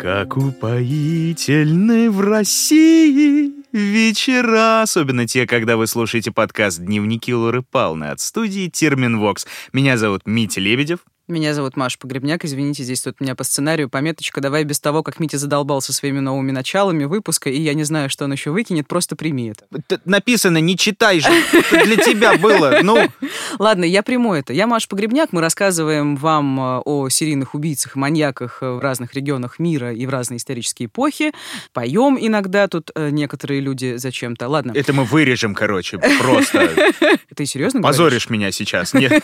Как упоительны в России вечера, особенно те, когда вы слушаете подкаст «Дневники Лоры Палны» от студии Терминвокс. Меня зовут Митя Лебедев. Меня зовут Маша Погребняк. Извините, здесь тут у меня по сценарию пометочка. Давай без того, как Митя задолбался своими новыми началами выпуска, и я не знаю, что он еще выкинет, просто прими это. Написано, не читай же. Это для тебя было. Ну. Ладно, я приму это. Я Маша Погребняк. Мы рассказываем вам о серийных убийцах и маньяках в разных регионах мира и в разные исторические эпохи. Поем иногда тут некоторые люди зачем-то. Ладно. Это мы вырежем, короче, просто. Ты серьезно Позоришь меня сейчас? Нет.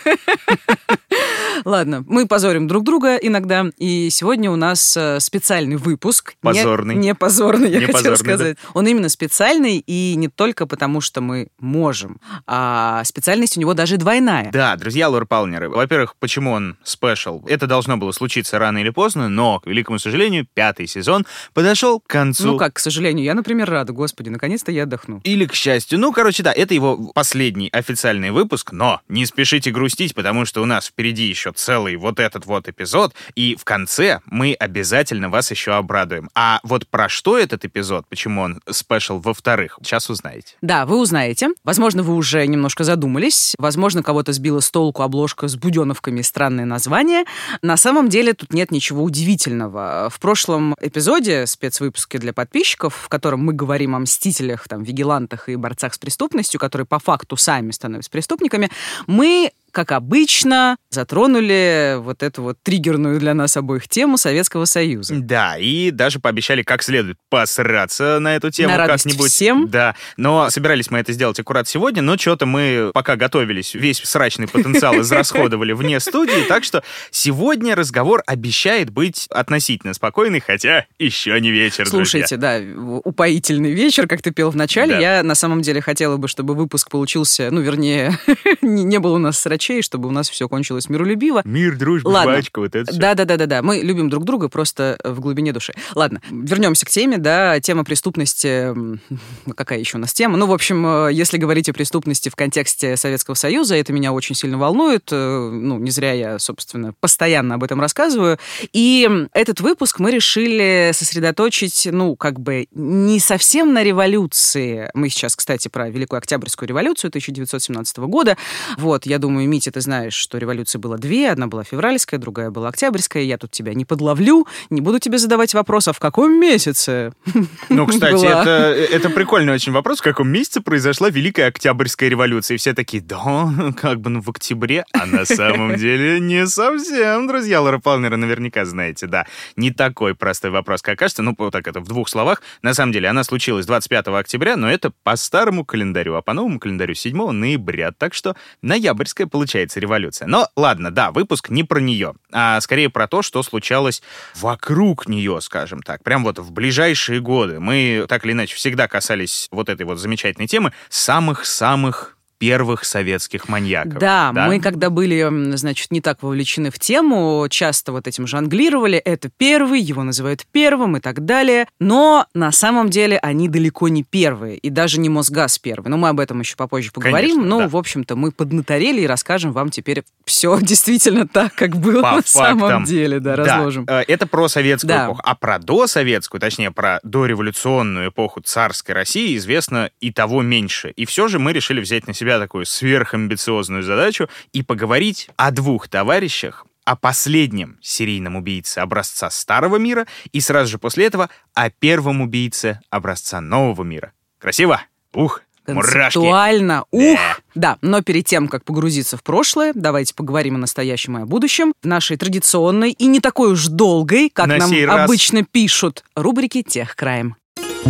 Ладно, мы позорим друг друга иногда, и сегодня у нас специальный выпуск. Позорный. Не позорный, я хотела позорный, сказать. Да. Он именно специальный, и не только потому, что мы можем, а специальность у него даже двойная. Да, друзья лор-палнеры, во-первых, почему он спешл? Это должно было случиться рано или поздно, но, к великому сожалению, 5-й сезон подошел к концу. Ну как, к сожалению, я, например, рада, господи, наконец-то я отдохну. Или к счастью. Ну, короче, да, это его последний официальный выпуск, но не спешите грустить, потому что у нас впереди еще целый вот этот вот эпизод, и в конце мы обязательно вас еще обрадуем. А вот про что этот эпизод, почему он спешл во-вторых, сейчас узнаете. Да, вы узнаете. Возможно, вы уже немножко задумались. Возможно, кого-то сбила с толку обложка с буденовками и странное название. На самом деле тут нет ничего удивительного. В прошлом эпизоде, спецвыпуске для подписчиков, в котором мы говорим о мстителях, там, вигилантах и борцах с преступностью, которые по факту сами становятся преступниками, мы, как обычно, затронули вот эту вот триггерную для нас обоих тему Советского Союза. Да, и даже пообещали как следует посраться на эту тему на как-нибудь. Всем. Да, но собирались мы это сделать аккурат сегодня, но что-то мы, пока готовились, весь срачный потенциал израсходовали вне студии, так что сегодня разговор обещает быть относительно спокойный, хотя еще не вечер, Слушайте, друзья. да, упоительный вечер, как ты пел в начале. Да. Я на самом деле хотела бы, чтобы выпуск получился, ну, вернее, не было у нас срачей, чтобы у нас все кончилось миролюбиво. Мир, дружба, жвачка, вот это все. Да. Мы любим друг друга просто в глубине души. Ладно, вернемся к теме, да, тема преступности. Какая еще у нас тема? Ну, в общем, если говорить о преступности в контексте Советского Союза, это меня очень сильно волнует. Ну, не зря я, собственно, постоянно об этом рассказываю. И этот выпуск мы решили сосредоточить, ну, как бы не совсем на революции. Мы сейчас, кстати, про Великую Октябрьскую революцию 1917 года. Вот, я думаю, Митя, ты знаешь, что революций было две. Одна была февральская, другая была октябрьская. Я тут тебя не подловлю, не буду тебе задавать вопрос, а в каком месяце? Ну, кстати, это прикольный очень вопрос. В каком месяце произошла Великая Октябрьская революция? И все такие, да, как бы, ну, в октябре. А на самом деле не совсем, друзья лор-палнеры, наверняка знаете, да. Не такой простой вопрос, как кажется. Ну, вот так это в двух словах. На самом деле она случилась 25 октября, но это по старому календарю, а по новому календарю 7 ноября. Так что ноябрьская получается революция. Но ладно, да, выпуск не про нее, а скорее про то, что случалось вокруг нее, скажем так. Прям вот в ближайшие годы. Мы так или иначе всегда касались вот этой вот замечательной темы самых-самых первых советских маньяков. Да, мы когда были, значит, не так вовлечены в тему, часто вот этим жонглировали. Это первый, его называют первым и так далее. Но на самом деле они далеко не первые. И даже не Мосгаз первый. Но мы об этом еще попозже поговорим. Конечно, но, да. В общем-то, мы поднаторели и расскажем вам теперь все действительно так, как было на самом деле. Да, разложим. Да, это про советскую эпоху. А про досоветскую, точнее, про дореволюционную эпоху царской России известно и того меньше. И все же мы решили взять на себя такую сверхамбициозную задачу и поговорить о двух товарищах, о последнем серийном убийце образца Старого мира и сразу же после этого о первом убийце образца Нового мира. Красиво? Ух! Концептуально. Ух! Да, но перед тем, как погрузиться в прошлое, давайте поговорим о настоящем и о будущем. В нашей традиционной и не такой уж долгой, как нам обычно пишут, рубрике «Техкрайм».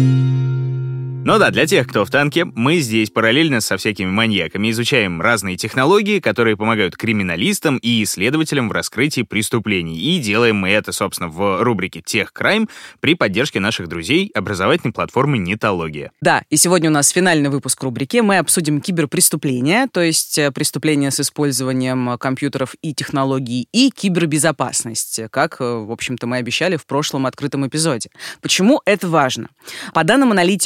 Ну да, для тех, кто в танке, мы здесь параллельно со всякими маньяками изучаем разные технологии, которые помогают криминалистам и исследователям в раскрытии преступлений. И делаем мы это, собственно, в рубрике «Техкрайм» при поддержке наших друзей образовательной платформы «Нетология». Да, и сегодня у нас финальный выпуск рубрики. Мы обсудим киберпреступления, то есть преступления с использованием компьютеров и технологий, и кибербезопасность, как, в общем-то, мы обещали в прошлом открытом эпизоде. Почему это важно? По данным аналитиков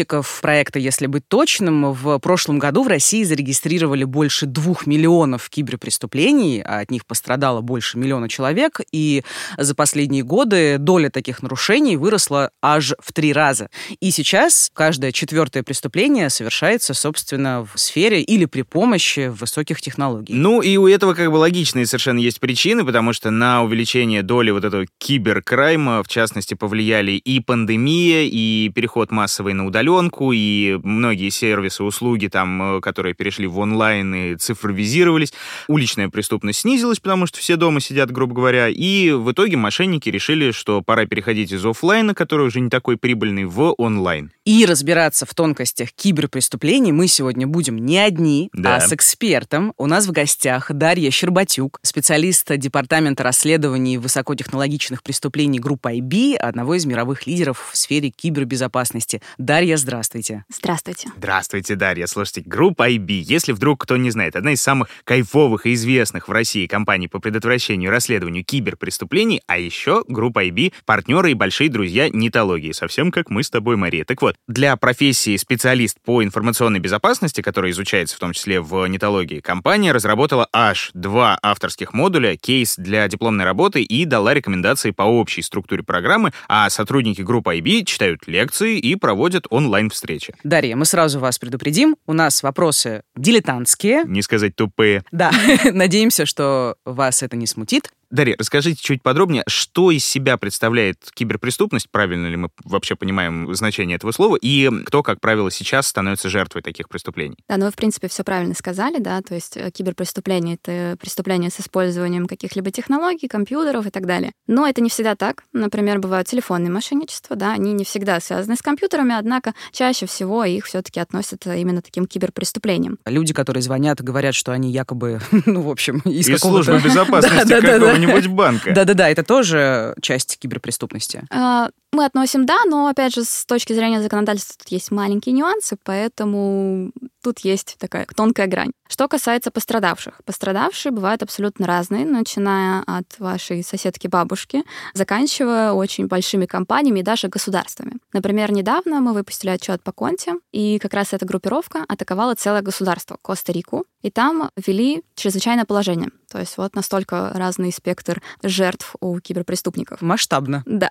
проекта, если быть точным. В прошлом году в России зарегистрировали больше 2 миллионов киберпреступлений, а от них пострадало больше 1 миллиона человек, и за последние годы доля таких нарушений выросла аж в 3 раза. И сейчас каждое 4-е преступление совершается, собственно, в сфере или при помощи высоких технологий. Ну и у этого как бы логичные совершенно есть причины, потому что на увеличение доли вот этого киберкрайма, в частности, повлияли и пандемия, и переход массовый на удаленку, и многие сервисы, услуги, там, которые перешли в онлайн и цифровизировались. Уличная преступность снизилась, потому что все дома сидят, грубо говоря, и в итоге мошенники решили, что пора переходить из офлайна, который уже не такой прибыльный, в онлайн. И разбираться в тонкостях киберпреступлений мы сегодня будем не одни, а с экспертом. У нас в гостях Дарья Щербатюк, специалист Департамента расследований высокотехнологичных преступлений группы IB, одного из мировых лидеров в сфере кибербезопасности. Дарья, здравствуйте. Здравствуйте. Здравствуйте, Дарья. Слушайте, группа IB, если вдруг кто не знает, одна из самых кайфовых и известных в России компаний по предотвращению и расследованию киберпреступлений, а еще группа IB — партнеры и большие друзья нетологии, совсем как мы с тобой, Мария. Так вот, для профессии специалист по информационной безопасности, который изучается в том числе в нетологии, компания разработала аж 2 авторских модуля, кейс для дипломной работы и дала рекомендации по общей структуре программы, а сотрудники группы IB читают лекции и проводят онлайн-встречи. Дарья, мы сразу вас предупредим, у нас вопросы дилетантские. Не сказать тупые. Да, надеемся, что вас это не смутит. Дарья, расскажите чуть подробнее, что из себя представляет киберпреступность, правильно ли мы вообще понимаем значение этого слова, и кто, как правило, сейчас становится жертвой таких преступлений? Да, ну вы, в принципе, все правильно сказали, да, то есть киберпреступление — это преступление с использованием каких-либо технологий, компьютеров и так далее. Но это не всегда так. Например, бывают телефонные мошенничества, да, они не всегда связаны с компьютерами, однако чаще всего их все-таки относят именно таким киберпреступлениям. Люди, которые звонят и говорят, что они якобы, ну, в общем, из службы безопасности какого-нибудь банка. Да-да-да, это тоже часть киберпреступности. Мы относим, да, но, опять же, с точки зрения законодательства тут есть маленькие нюансы, поэтому тут есть такая тонкая грань. Что касается пострадавших. Пострадавшие бывают абсолютно разные, начиная от вашей соседки-бабушки, заканчивая очень большими компаниями и даже государствами. Например, недавно мы выпустили отчет по Конте, и как раз эта группировка атаковала целое государство, Коста-Рику, и там ввели чрезвычайное положение. То есть вот настолько разный спектр жертв у киберпреступников. Масштабно. Да.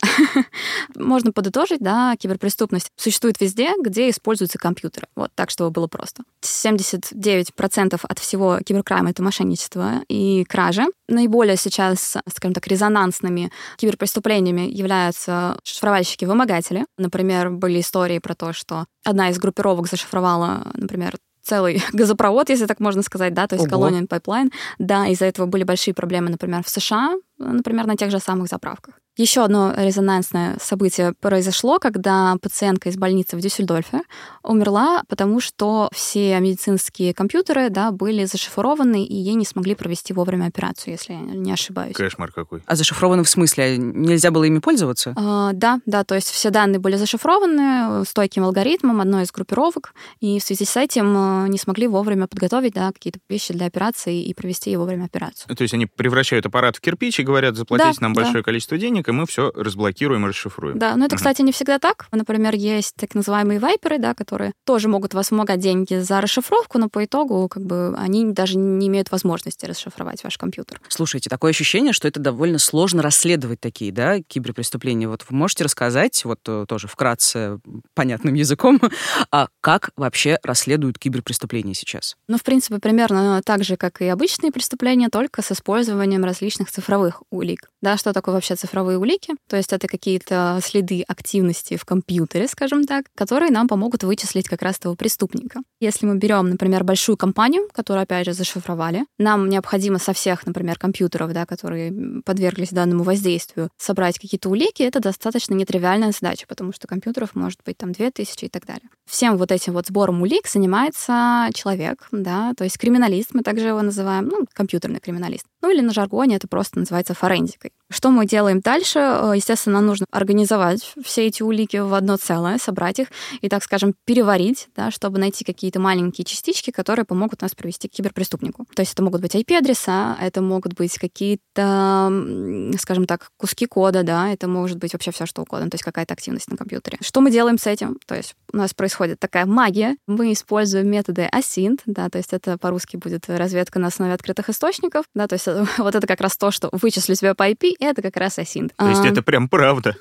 Можно подытожить, да, киберпреступность существует везде, где используются компьютеры. Вот так, чтобы было просто. 79% от всего киберкрайма — это мошенничество и кражи. Наиболее сейчас, скажем так, резонансными киберпреступлениями являются шифровальщики-вымогатели. Например, были истории про то, что одна из группировок зашифровала, например, целый газопровод, если так можно сказать, да, то есть Colonial Pipeline. Да, из-за этого были большие проблемы, например, в США, например, на тех же самых заправках. Еще одно резонансное событие произошло, когда пациентка из больницы в Дюссельдорфе умерла, потому что все медицинские компьютеры, да, были зашифрованы, и ей не смогли провести вовремя операцию, если я не ошибаюсь. Кошмар какой. А зашифрованы в смысле? Нельзя было ими пользоваться? Да, то есть все данные были зашифрованы стойким алгоритмом одной из группировок, и в связи с этим не смогли вовремя подготовить, да, какие-то вещи для операции и провести вовремя операцию. То есть они превращают аппарат в кирпич и говорят, заплатите нам большое количество денег, и мы все разблокируем и расшифруем. Да, но это, кстати, не всегда так. Например, есть так называемые вайперы, да, которые тоже могут вас вымогать деньги за расшифровку, но по итогу как бы они даже не имеют возможности расшифровать ваш компьютер. Слушайте, такое ощущение, что это довольно сложно расследовать такие, да, киберпреступления. Вот вы можете рассказать, вот тоже вкратце, понятным языком, как вообще расследуют киберпреступления сейчас? Ну, в принципе, примерно так же, как и обычные преступления, только с использованием различных цифровых улик. Да, что такое вообще цифровые улики? То есть это какие-то следы активности в компьютере, скажем так, которые нам помогут вычислить как раз того преступника. Если мы берем, например, большую компанию, которую, опять же, зашифровали, нам необходимо со всех, например, компьютеров, да, которые подверглись данному воздействию, собрать какие-то улики, это достаточно нетривиальная задача, потому что компьютеров может быть там 2000 и так далее. Всем вот этим вот сбором улик занимается человек, да, то есть криминалист, мы также его называем, ну, компьютерный криминалист. Ну, или на жаргоне это просто называется форензикой. Что мы делаем дальше? Естественно, нам нужно организовать все эти улики в одно целое, собрать их и, так скажем, переварить, да, чтобы найти какие-то маленькие частички, которые помогут нас привести к киберпреступнику. То есть это могут быть IP-адреса, это могут быть какие-то, скажем так, куски кода, да, это может быть вообще все что угодно, то есть какая-то активность на компьютере. Что мы делаем с этим? То есть у нас происходит такая магия. Мы используем методы async, да, то есть это по-русски будет разведка на основе открытых источников, да, то есть вот это как раз то, что вычислю тебя по IP, это как раз async. То есть это прям правда.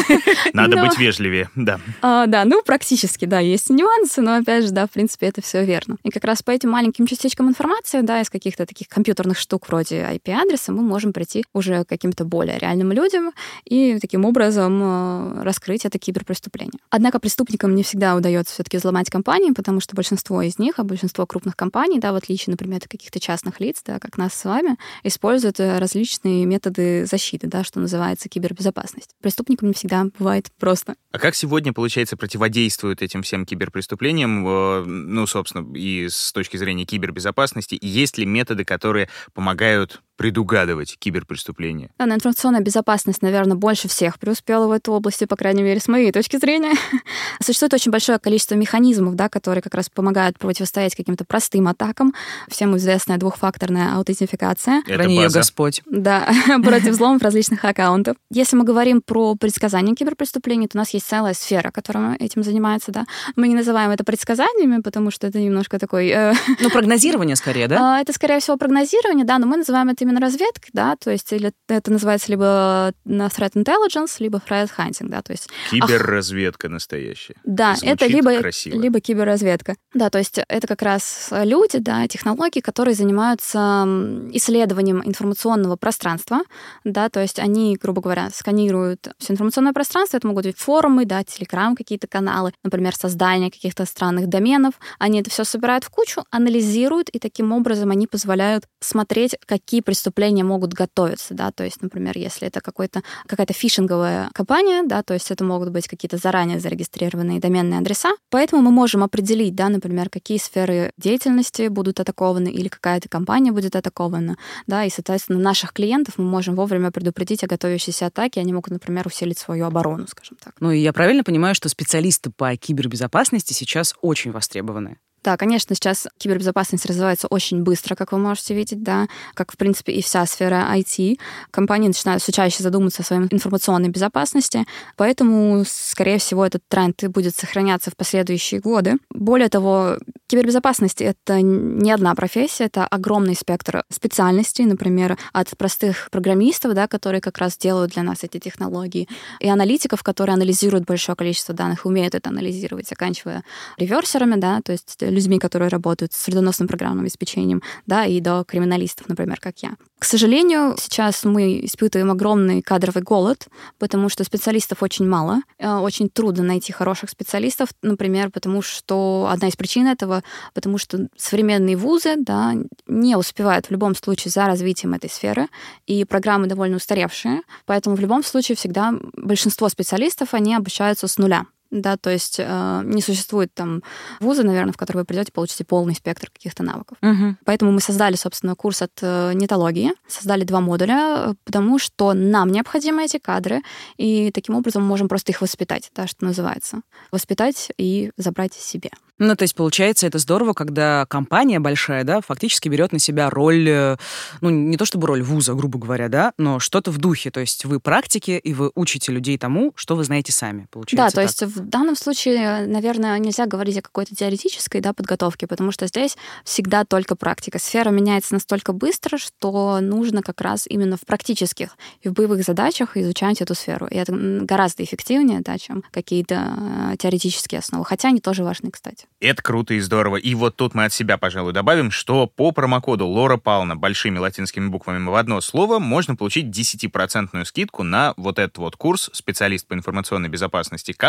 Надо быть вежливее, да. Да, ну, практически, да, есть нюансы, но, опять же, да, в принципе, это все верно. И как раз по этим маленьким частичкам информации, да, из каких-то таких компьютерных штук вроде IP-адреса мы можем прийти уже к каким-то более реальным людям и таким образом раскрыть это киберпреступление. Однако преступникам не всегда удается все-таки взломать компании, потому что большинство из них, а большинство крупных компаний, да, в отличие, например, от каких-то частных лиц, да, как нас с вами, используют различные методы защиты, да, что называется кибербезопасность. Преступникам не всегда бывает просто. А как сегодня, получается, противодействуют этим всем киберпреступлениям, ну, собственно, и с точки зрения кибербезопасности? И есть ли методы, которые помогают предугадывать киберпреступления? Да, информационная безопасность, наверное, больше всех преуспела в этой области, по крайней мере, с моей точки зрения. Существует очень большое количество механизмов, да, которые как раз помогают противостоять каким-то простым атакам. Всем известная двухфакторная аутентификация. Храни ее Господь. Да, против взломов различных аккаунтов. Если мы говорим про предсказание киберпреступлений, то у нас есть целая сфера, которая этим занимается, да. Мы не называем это предсказаниями, потому что это немножко такой... Ну, прогнозирование скорее, да? Это, скорее всего, прогнозирование, да, но мы называем это именно разведкой, да, то есть или это называется либо threat intelligence, либо threat hunting, да, то есть... Киберразведка настоящая. Да, звучит это красиво. либо киберразведка. Да, то есть это как раз люди, да, технологии, которые занимаются исследованием информационного пространства, да, то есть они, грубо говоря, сканируют все информационное пространство, это могут быть форумы, да, телеграм, какие-то каналы, например, создание каких-то странных доменов, они это все собирают в кучу, анализируют, и таким образом они позволяют смотреть, какие преступления могут готовиться, да, то есть, например, если это какая-то фишинговая компания, да, то есть это могут быть какие-то заранее зарегистрированные доменные адреса, поэтому мы можем определить, да, например, какие сферы деятельности будут атакованы или какая-то компания будет атакована, да, и, соответственно, наших клиентов мы можем вовремя предупредить о готовящейся атаке, они могут, например, усилить свою оборону, скажем так. Ну и я правильно понимаю, что специалисты по кибербезопасности сейчас очень востребованы? Да, конечно, сейчас кибербезопасность развивается очень быстро, как вы можете видеть, да, как, в принципе, и вся сфера IT. Компании начинают все чаще задумываться о своей информационной безопасности, поэтому, скорее всего, этот тренд будет сохраняться в последующие годы. Более того, кибербезопасность — это не одна профессия, это огромный спектр специальностей, например, от простых программистов, да, которые как раз делают для нас эти технологии, и аналитиков, которые анализируют большое количество данных, умеют это анализировать, заканчивая реверсерами, да, то есть людьми, которые работают с вредоносным программным обеспечением, да, и до криминалистов, например, как я. К сожалению, сейчас мы испытываем огромный кадровый голод, потому что специалистов очень мало. Очень трудно найти хороших специалистов, например, потому что одна из причин этого, потому что современные вузы, да, не успевают в любом случае за развитием этой сферы, и программы довольно устаревшие, поэтому в любом случае всегда большинство специалистов, они обучаются с нуля. Да, то есть не существует там вуза, наверное, в который вы придете, получите полный спектр каких-то навыков. Угу. Поэтому мы создали, собственно, курс от нетологии, создали 2 модуля, потому что нам необходимы эти кадры, и таким образом мы можем просто их воспитать, да, что называется. Воспитать и забрать себе. Ну, то есть, получается, это здорово, когда компания большая, да, фактически берет на себя роль, ну, не то чтобы роль вуза, грубо говоря, да, но что-то в духе. То есть вы практики, и вы учите людей тому, что вы знаете сами, получается. Да, то есть в данном случае, наверное, нельзя говорить о какой-то теоретической, да, подготовке, потому что здесь всегда только практика. Сфера меняется настолько быстро, что нужно как раз именно в практических и в боевых задачах изучать эту сферу. И это гораздо эффективнее, да, чем какие-то теоретические основы. Хотя они тоже важны, кстати. Это круто и здорово. И вот тут мы от себя, пожалуй, добавим, что по промокоду Лора Павловна большими латинскими буквами в одно слово можно получить 10% скидку на вот этот вот курс «Специалист по информационной безопасности», как и на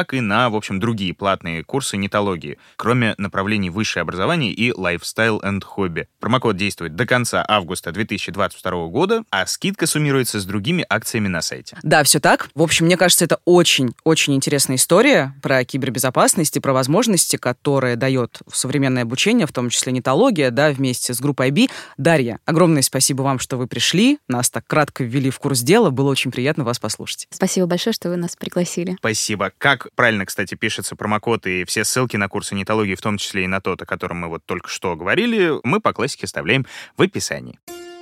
на, в общем, другие платные курсы нетологии, кроме направлений высшее образование и lifestyle and hobby. Промокод действует до конца августа 2022 года, а скидка суммируется с другими акциями на сайте. Да, все так. В общем, мне кажется, это очень-очень интересная история про кибербезопасность и про возможности, которые дает современное обучение, в том числе нетология, да, вместе с группой IB. Дарья, огромное спасибо вам, что вы пришли, нас так кратко ввели в курс дела, было очень приятно вас послушать. Спасибо большое, что вы нас пригласили. Спасибо. Как правильно, кстати, пишется промокод и все ссылки на курсы нетологии, в том числе и на тот, о котором мы вот только что говорили, мы по классике оставляем в описании.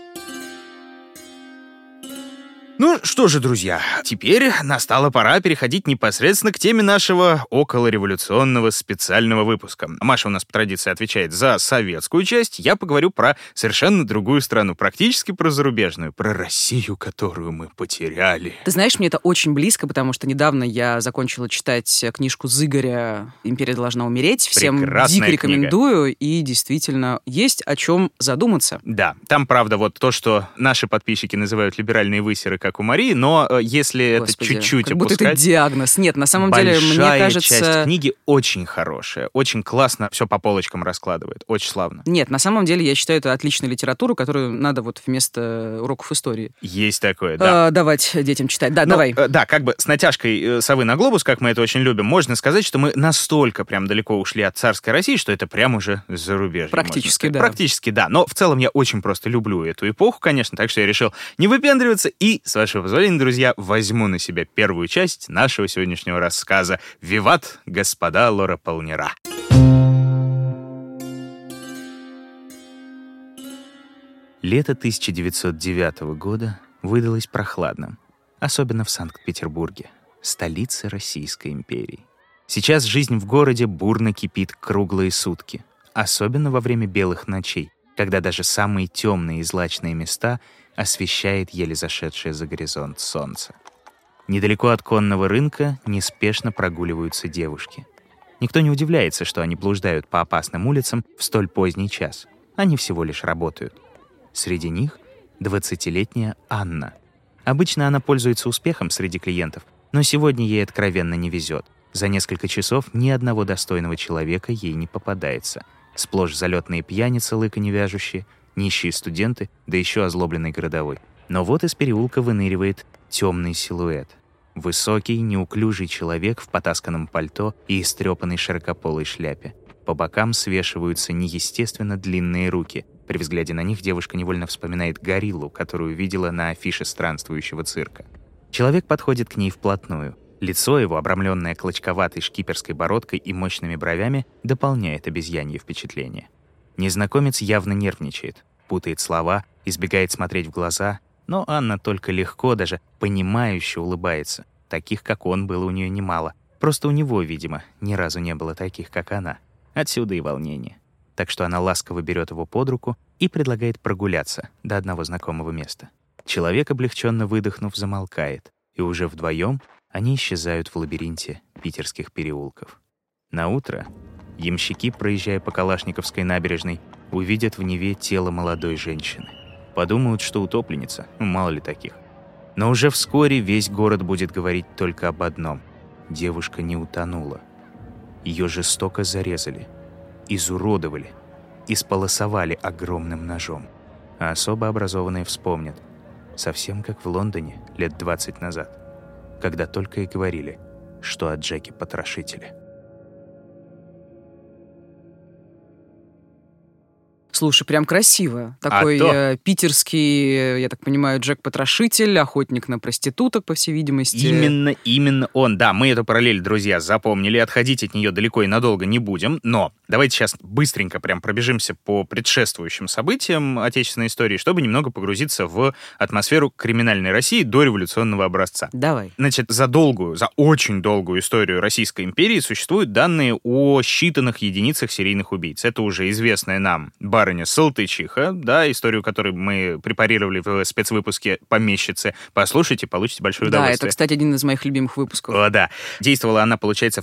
Ну что же, друзья, теперь настала пора переходить непосредственно к теме нашего околореволюционного специального выпуска. Маша у нас по традиции отвечает за советскую часть, я поговорю про совершенно другую страну, практически про зарубежную, про Россию, которую мы потеряли. Ты знаешь, мне это очень близко, потому что недавно я закончила читать книжку Зыгоря «Империя должна умереть». Всем Прекрасная дико книга. рекомендую, и действительно есть о чем задуматься. Да, там, правда, вот то, что наши подписчики называют либеральные высеры, как у Марии, но если Господи, это чуть-чуть как будто опускать... это диагноз. Нет, на самом деле, мне кажется... часть книги очень хорошая, очень классно все по полочкам раскладывает, очень славно. Нет, на самом деле, я считаю, это отличная литература, которую надо вот вместо уроков истории Есть такое, да. давать детям читать. Да, давай. Да, как бы с натяжкой совы на глобус, как мы это очень любим, можно сказать, что мы настолько прям далеко ушли от царской России, что это прям уже зарубежье. Практически, да. Практически, да. Но в целом я очень просто люблю эту эпоху, конечно, так что я решил не выпендриваться и, с вашего позволения, друзья, возьму на себя первую часть нашего сегодняшнего рассказа. Виват, господа лора-полнера. Лето 1909 года выдалось прохладным, особенно в Санкт-Петербурге, столице Российской империи. Сейчас жизнь в городе бурно кипит круглые сутки, особенно во время белых ночей, когда даже самые темные и злачные места освещает еле зашедшее за горизонт солнце. Недалеко от конного рынка неспешно прогуливаются девушки. Никто не удивляется, что они блуждают по опасным улицам в столь поздний час. Они всего лишь работают. Среди них 20-летняя Анна. Обычно она пользуется успехом среди клиентов, но сегодня ей откровенно не везет. За несколько часов ни одного достойного человека ей не попадается. Сплошь залетные пьяницы, лыка не вяжущие, нищие студенты, да еще озлобленный городовой. Но вот из переулка выныривает темный силуэт. Высокий, неуклюжий человек в потасканном пальто и истрепанной широкополой шляпе. По бокам свешиваются неестественно длинные руки. При взгляде на них девушка невольно вспоминает гориллу, которую видела на афише странствующего цирка. Человек подходит к ней вплотную. Лицо его, обрамленное клочковатой шкиперской бородкой и мощными бровями, дополняет обезьянье впечатление. Незнакомец явно нервничает, путает слова, избегает смотреть в глаза, но Анна только легко, даже понимающе улыбается. Таких, как он, было у нее немало. Просто у него, видимо, ни разу не было таких, как она. Отсюда и волнение. Так что она ласково берет его под руку и предлагает прогуляться до одного знакомого места. Человек, облегченно выдохнув, замолкает, и уже вдвоем они исчезают в лабиринте питерских переулков. Наутро ямщики, проезжая по Калашниковской набережной, увидят в Неве тело молодой женщины. Подумают, что утопленница, мало ли таких. Но уже вскоре весь город будет говорить только об одном. Девушка не утонула. Ее жестоко зарезали, изуродовали, исполосовали огромным ножом. А особо образованные вспомнят, совсем как в Лондоне лет 20 назад, когда только и говорили, что о Джеке-потрошителе. Слушай, прям красиво. Такой питерский, я так понимаю, Джек-потрошитель, охотник на проституток, по всей видимости. Именно он. Да, мы эту параллель, друзья, запомнили. Отходить от нее далеко и надолго не будем. Но давайте сейчас быстренько прям пробежимся по предшествующим событиям отечественной истории, чтобы немного погрузиться в атмосферу криминальной России до революционного образца. Давай. Значит, за очень долгую историю Российской империи существуют данные о считанных единицах серийных убийц. Это уже известная нам Барыня государыня Салтычиха, да, историю которой мы препарировали в спецвыпуске «Помещицы». Послушайте, получите большое удовольствие. Да, это, кстати, один из моих любимых выпусков. О, да. Действовала она, получается, в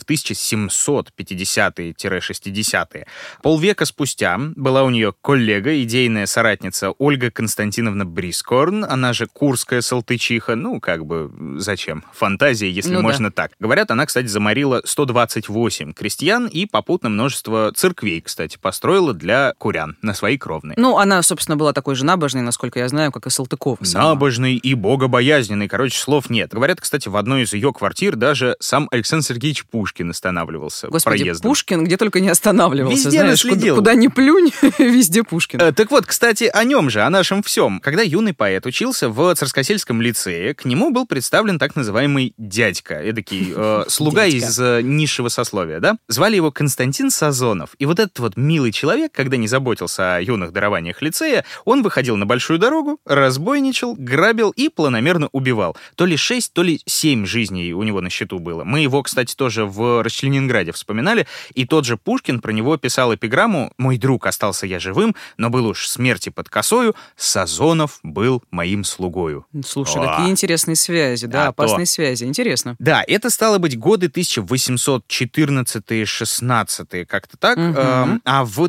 1750-60-е. Полвека спустя была у нее коллега, идейная соратница Ольга Константиновна Брискорн, она же Курская Салтычиха. Ну, как бы, зачем? Фантазия, если можно так. Говорят, она, кстати, заморила 128 крестьян и попутно множество церквей, кстати, построила для курян на свои кровные. Ну, она, собственно, была такой же набожной, насколько я знаю, как и Салтыкова сама. Набожный и богобоязненный, короче, слов нет. Говорят, кстати, в одной из ее квартир даже сам Александр Сергеевич Пушкин останавливался. Господи, проездом. Пушкин где только не останавливался. Везде знаешь, наследил. Куда ни плюнь, везде Пушкин. Так вот, кстати, о нем же, о нашем всем. Когда юный поэт учился в Царскосельском лицее, к нему был представлен так называемый дядька, эдакий слуга из низшего сословия, да? Звали его Константин Сазонов. И вот этот вот милый человек, когда не заботился о юных дарованиях лицея, он выходил на большую дорогу, разбойничал, грабил и планомерно убивал. То ли 6, то ли 7 жизней у него на счету было. Мы его, кстати, тоже в Расчленинграде вспоминали, и тот же Пушкин про него писал эпиграмму «Мой друг, остался я живым, но был уж смерти под косою, Сазонов был моим слугою». Слушай, какие интересные связи, да, опасные связи, интересно. Да, это стало быть годы 1814-16, как-то так, а в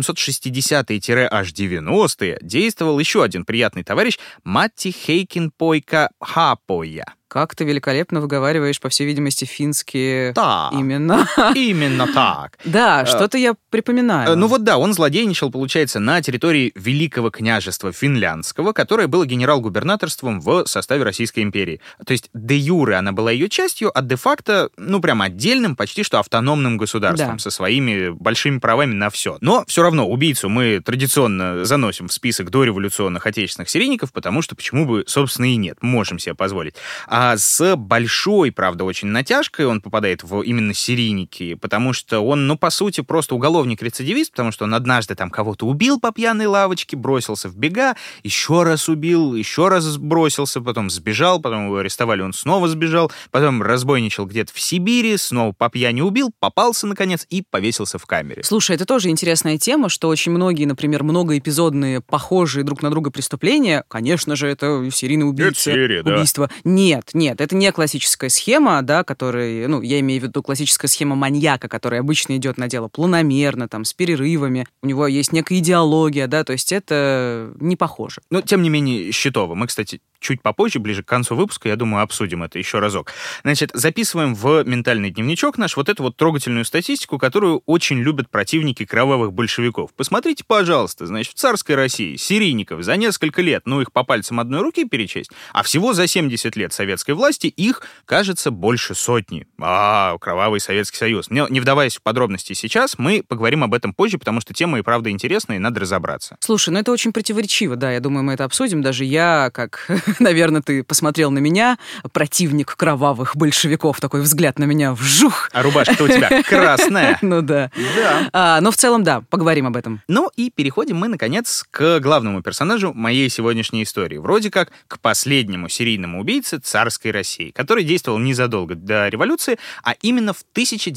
1860-90-е действовал еще один приятный товарищ Матти Хейкинпойка Хапоя. Как ты великолепно выговариваешь, по всей видимости, финские имена. Именно так. Да, что-то я припоминаю. Ну вот да, он злодейничал, получается, на территории Великого княжества Финляндского, которое было генерал-губернаторством в составе Российской империи. То есть де-юре она была ее частью, а де-факто, ну прям отдельным, почти что автономным государством, со своими большими правами на все. Но все равно убийцу мы традиционно заносим в список дореволюционных отечественных серийников, потому что почему бы, собственно, и нет, можем себе позволить. А с большой, правда, очень натяжкой он попадает в именно серийники, потому что он, ну, по сути, просто уголовник-рецидивист, потому что он однажды там кого-то убил по пьяной лавочке, бросился в бега, еще раз убил, еще раз бросился, потом сбежал, потом его арестовали, он снова сбежал, потом разбойничал где-то в Сибири, снова по пьяни убил, попался, наконец, и повесился в камере. Слушай, это тоже интересная тема, что очень многие, например, многоэпизодные, похожие друг на друга преступления, конечно же, это серийный убийца, убийство. Да. Нет, это не классическая схема, да, которая, ну, я имею в виду классическая схема маньяка, которая обычно идет на дело планомерно, там, с перерывами, у него есть некая идеология, да, то есть это не похоже. Но, тем не менее, счетово. Мы, кстати, чуть попозже, ближе к концу выпуска, я думаю, обсудим это еще разок. Значит, записываем в ментальный дневничок наш вот эту вот трогательную статистику, которую очень любят противники кровавых большевиков. Посмотрите, пожалуйста, значит, в царской России серийников за несколько лет, ну, их по пальцам одной руки перечесть, а всего за 70 лет советской власти их, кажется, больше сотни. Кровавый Советский Союз. Не вдаваясь в подробности сейчас, мы поговорим об этом позже, потому что тема и правда интересная, и надо разобраться. Слушай, ну это очень противоречиво, да, я думаю, мы это обсудим. Даже я, как, наверное, ты посмотрел на меня, противник кровавых большевиков, такой взгляд на меня, вжух. А рубашка-то у тебя красная. Ну да. Но в целом, да, поговорим об этом. Ну и переходим мы, наконец, к главному персонажу моей сегодняшней истории. Вроде как к последнему серийному убийце царской России, который действовал незадолго до революции, а именно в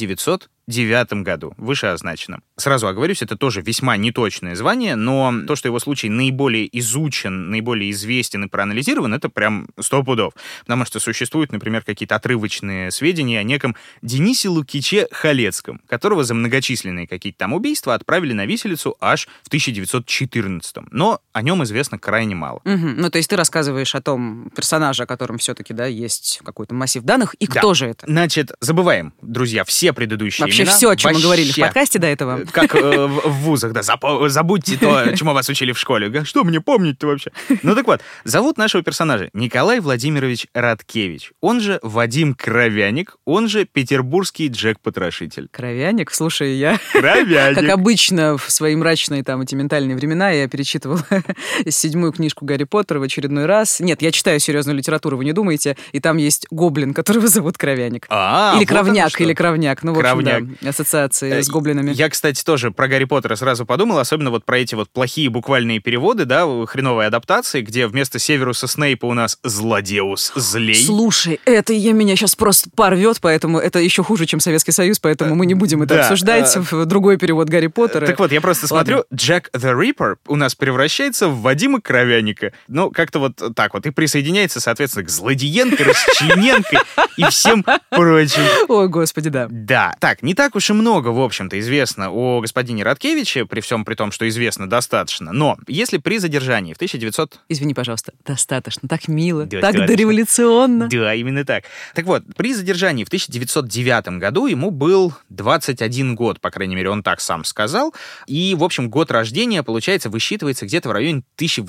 1909 году, вышеозначенном. Сразу оговорюсь, это тоже весьма неточное звание, но то, что его случай наиболее изучен, наиболее известен и проанализирован, это прям 100 пудов. Потому что существуют, например, какие-то отрывочные сведения о неком Денисе Лукиче Халецком, которого за многочисленные какие-то там убийства отправили на виселицу аж в 1914. Но о нем известно крайне мало. Ну, то есть ты рассказываешь о том персонаже, о котором все-таки, да, есть какой-то массив данных, и кто же это? Значит, забываем, друзья, все предыдущие вообще имена. Все, о чем мы говорили в подкасте до этого. Как в вузах, да, забудьте то, чему вас учили в школе. Что мне помнить-то вообще? Ну так вот, зовут нашего персонажа Николай Владимирович Радкевич, он же Вадим Кровяник, он же петербургский Джек-потрошитель. Кровяник? Слушай, я... Кровяник. Как обычно, в свои мрачные там эти ментальные времена я перечитывала 7-ю книжку Гарри Поттера в очередной раз. Нет, я читаю серьезную литературу, вы не думаете, и там есть гоблин, которого зовут Кровяник. Или Кровняк, или Кровняк. Ну, в общем, Кровняк. ассоциации с гоблинами. Я, кстати, тоже про Гарри Поттера сразу подумал, особенно вот про эти вот плохие буквальные переводы, да, хреновые адаптации, где вместо Северуса Снейпа у нас Злодеус Злей. Слушай, это меня сейчас просто порвет, поэтому это еще хуже, чем Советский Союз, поэтому мы не будем это обсуждать. В другой перевод Гарри Поттера. Так вот, я просто смотрю, Джек the Ripper у нас превращается в Вадима Кровяника. Ну, как-то вот так вот. И присоединяется, соответственно, к Злодиенко, Расчлененко и всем прочим. Ой, господи, да. Да. Так, не так уж и много, в общем-то, известно о господине Радкевиче, при всем при том, что известно достаточно. Но если при задержании в 1900... Извини, пожалуйста, достаточно. Так мило, так Достаточно. дореволюционно. Да, именно так. Так вот, при задержании в 1909 году ему был 21 год, по крайней мере, он так сам сказал. И, в общем, год рождения, получается, высчитывается где-то в районе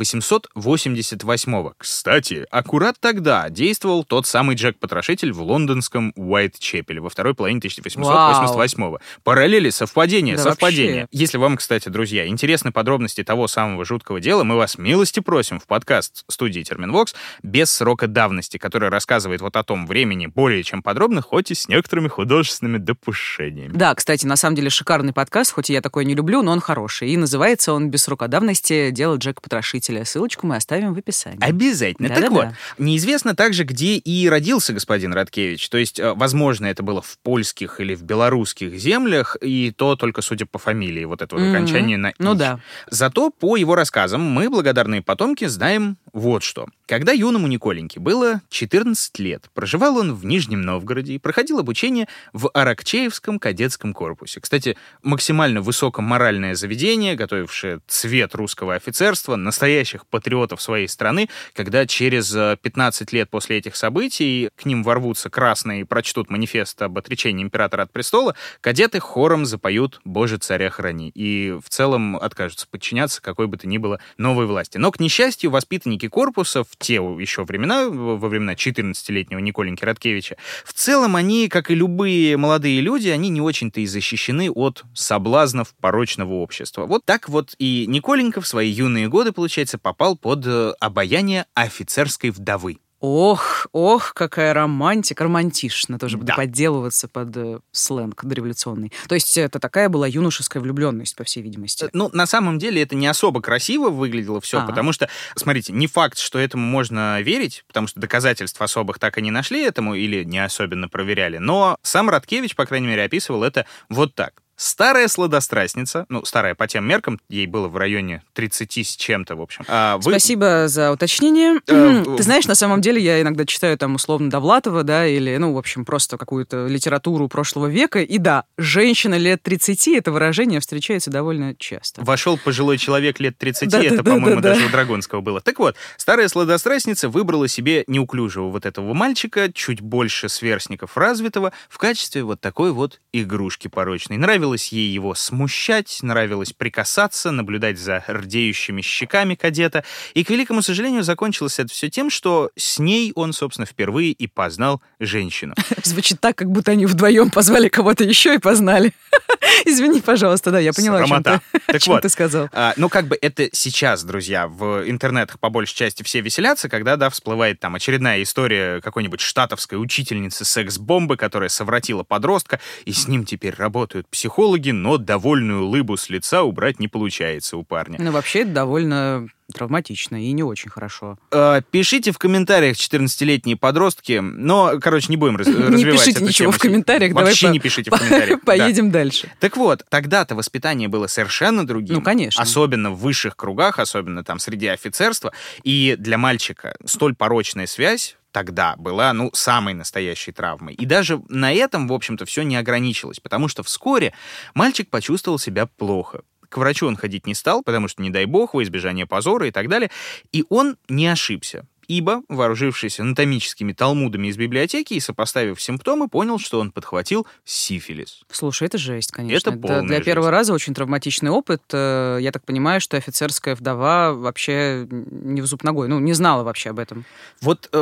1888-го. Кстати, аккурат тогда действовал тот самый Джек-Потрошитель в лондонском Уайтчепеле во второй половине 1888-го. Параллели, совпадения, да совпадения. Вообще. Если вам, кстати, друзья, интересны подробности того самого жуткого дела, мы вас милости просим в подкаст студии Терминвокс без срока давности, который рассказывает вот о том времени более чем подробно, хоть и с некоторыми художественными допущениями. Да, кстати, на самом деле шикарный подкаст, хоть и я такой не люблю, но он хороший. И называется он «Без срока давности. Дело Джека-Потрошителя». Ссылочку мы оставим в описании. Обязательно. Да-да-да. Так вот, неизвестно также, где и родился господин Радкевич. То есть, возможно, это было в польских или в белорусских землях, и то только судя по фамилии, вот это вот окончание на «ич». Ну да. Зато по его рассказам мы, благодарные потомки, знаем вот что. Когда юному Николеньке было 14 лет, проживал он в Нижнем Новгороде и проходил обучение в Аракчеевском кадетском корпусе. Кстати, максимально высокоморальное заведение, готовившее цвет русского офицерства, настоящих патриотов своей страны, когда через 15 лет после этих событий к ним ворвутся красные и прочтут манифест об отречении императора от престола, кадеты хором запоют «Боже, царя храни» и в целом откажутся подчиняться какой бы то ни было новой власти. Но, к несчастью, воспитанники корпуса в те еще времена, во времена 14-летнего Николеньки Радкевича, в целом они, как и любые молодые люди, они не очень-то и защищены от соблазнов порочного общества. Вот так вот и Николенька в свои юные годы, получается, попал под обаяние офицерской вдовы. Ох, какая романтика. Романтично тоже буду подделываться под сленг дореволюционный. То есть это такая была юношеская влюбленность, по всей видимости. Ну, на самом деле это не особо красиво выглядело все, потому что, смотрите, не факт, что этому можно верить, потому что доказательств особых так и не нашли этому или не особенно проверяли, но сам Радкевич, по крайней мере, описывал это вот так. Старая сладострастница, ну, старая по тем меркам, ей было в районе 30 с чем-то, в общем. Спасибо за уточнение. Ты знаешь, на самом деле я иногда читаю там условно Довлатова, да, или, ну, в общем, просто какую-то литературу прошлого века, и да, женщина лет 30, это выражение встречается довольно часто. Вошел пожилой человек лет 30, это, по-моему, даже у Драгонского было. Так вот, старая сладострастница выбрала себе неуклюжего вот этого мальчика, чуть больше сверстников развитого, в качестве вот такой вот игрушки порочной. Нравилось ей его смущать, нравилось прикасаться, наблюдать за рдеющими щеками кадета. И, к великому сожалению, закончилось это все тем, что с ней он, собственно, впервые и познал женщину. Звучит так, как будто они вдвоем позвали кого-то еще и познали. Извини, пожалуйста, да, я поняла, о чем ты сказал. Ну, как бы это сейчас, друзья, в интернетах по большей части все веселятся, когда, да, всплывает там очередная история какой-нибудь штатовской учительницы секс-бомбы, которая совратила подростка, и с ним теперь работают психологи, но довольную улыбу с лица убрать не получается у парня. Ну, вообще, это довольно травматично и не очень хорошо. Пишите в комментариях, 14-летние подростки, но, короче, не будем развивать эту тему. Не пишите ничего в комментариях. Вообще не пишите в комментариях. Поедем дальше. Так вот, тогда-то воспитание было совершенно другим. Ну, конечно. Особенно в высших кругах, особенно там среди офицерства. И для мальчика столь порочная связь тогда была, ну, самой настоящей травмой. И даже на этом, в общем-то, все не ограничилось, потому что вскоре мальчик почувствовал себя плохо. К врачу он ходить не стал, потому что, не дай бог, во избежание позора и так далее. И он не ошибся. Ибо, вооружившись анатомическими талмудами из библиотеки и сопоставив симптомы, понял, что он подхватил сифилис. Слушай, это жесть, конечно. Это полная для жесть. Первого раза очень травматичный опыт. Я так понимаю, что офицерская вдова вообще не в зуб ногой. Ну, не знала вообще об этом. Вот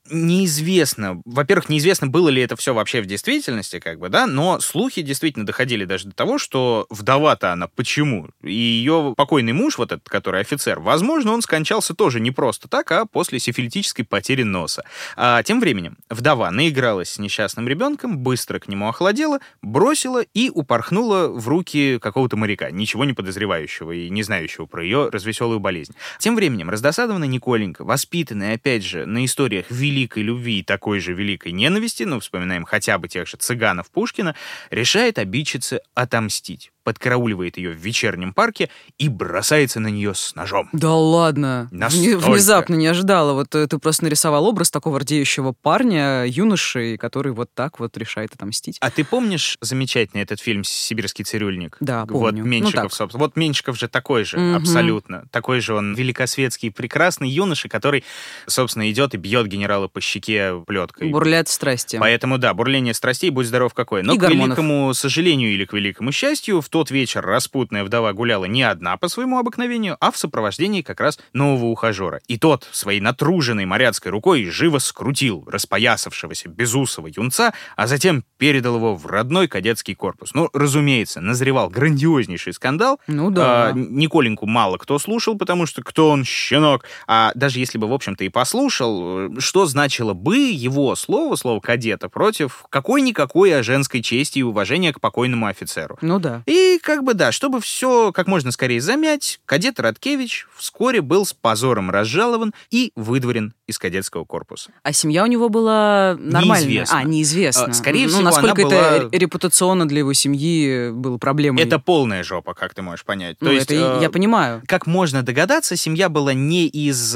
неизвестно. Во-первых, неизвестно, было ли это все вообще в действительности, но слухи действительно доходили даже до того, что вдова-то она почему? И ее покойный муж, вот этот, который офицер, возможно, он скончался тоже не просто так, а после сифилитической потери носа. А тем временем вдова наигралась с несчастным ребенком, быстро к нему охладела, бросила и упорхнула в руки какого-то моряка, ничего не подозревающего и не знающего про ее развеселую болезнь. Тем временем раздосадованная Николенька, воспитанная, опять же, на историях великой любви и такой же великой ненависти, вспоминаем хотя бы тех же цыганов Пушкина, решает обидчице отомстить. Подкарауливает ее в вечернем парке и бросается на нее с ножом. Да ладно. Внезапно не ожидала. Вот ты просто нарисовал образ такого рдеющего парня, юноши, который вот так вот решает отомстить. А ты помнишь замечательный этот фильм «Сибирский цирюльник»? Да, помню. Вот Меньшиков, собственно. Вот Меньшиков же такой же, абсолютно. Такой же он великосветский, прекрасный юноша, который, собственно, идет и бьет генерала по щеке плеткой. Бурлят страсти. Поэтому, да, бурление страстей, будь здоров какой. Но, к великому сожалению или к великому счастью, в тот вечер распутная вдова гуляла не одна по своему обыкновению, а в сопровождении как раз нового ухажера. И тот своей натруженной моряцкой рукой живо скрутил распоясавшегося безусого юнца, а затем передал его в родной кадетский корпус. Разумеется, назревал грандиознейший скандал. Да. Николеньку мало кто слушал, потому что кто он, щенок? А даже если бы, в общем-то, и послушал, что значило бы его слово кадета, против какой-никакой женской чести и уважения к покойному офицеру? Да. И чтобы все как можно скорее замять, кадет Радкевич вскоре был с позором разжалован и выдворен из кадетского корпуса. А семья у него была нормальная? Неизвестно. Неизвестно. Скорее всего, насколько она это была... репутационно для его семьи было проблемой? Это полная жопа, как ты можешь понять. То есть, я понимаю. Как можно догадаться, семья была не из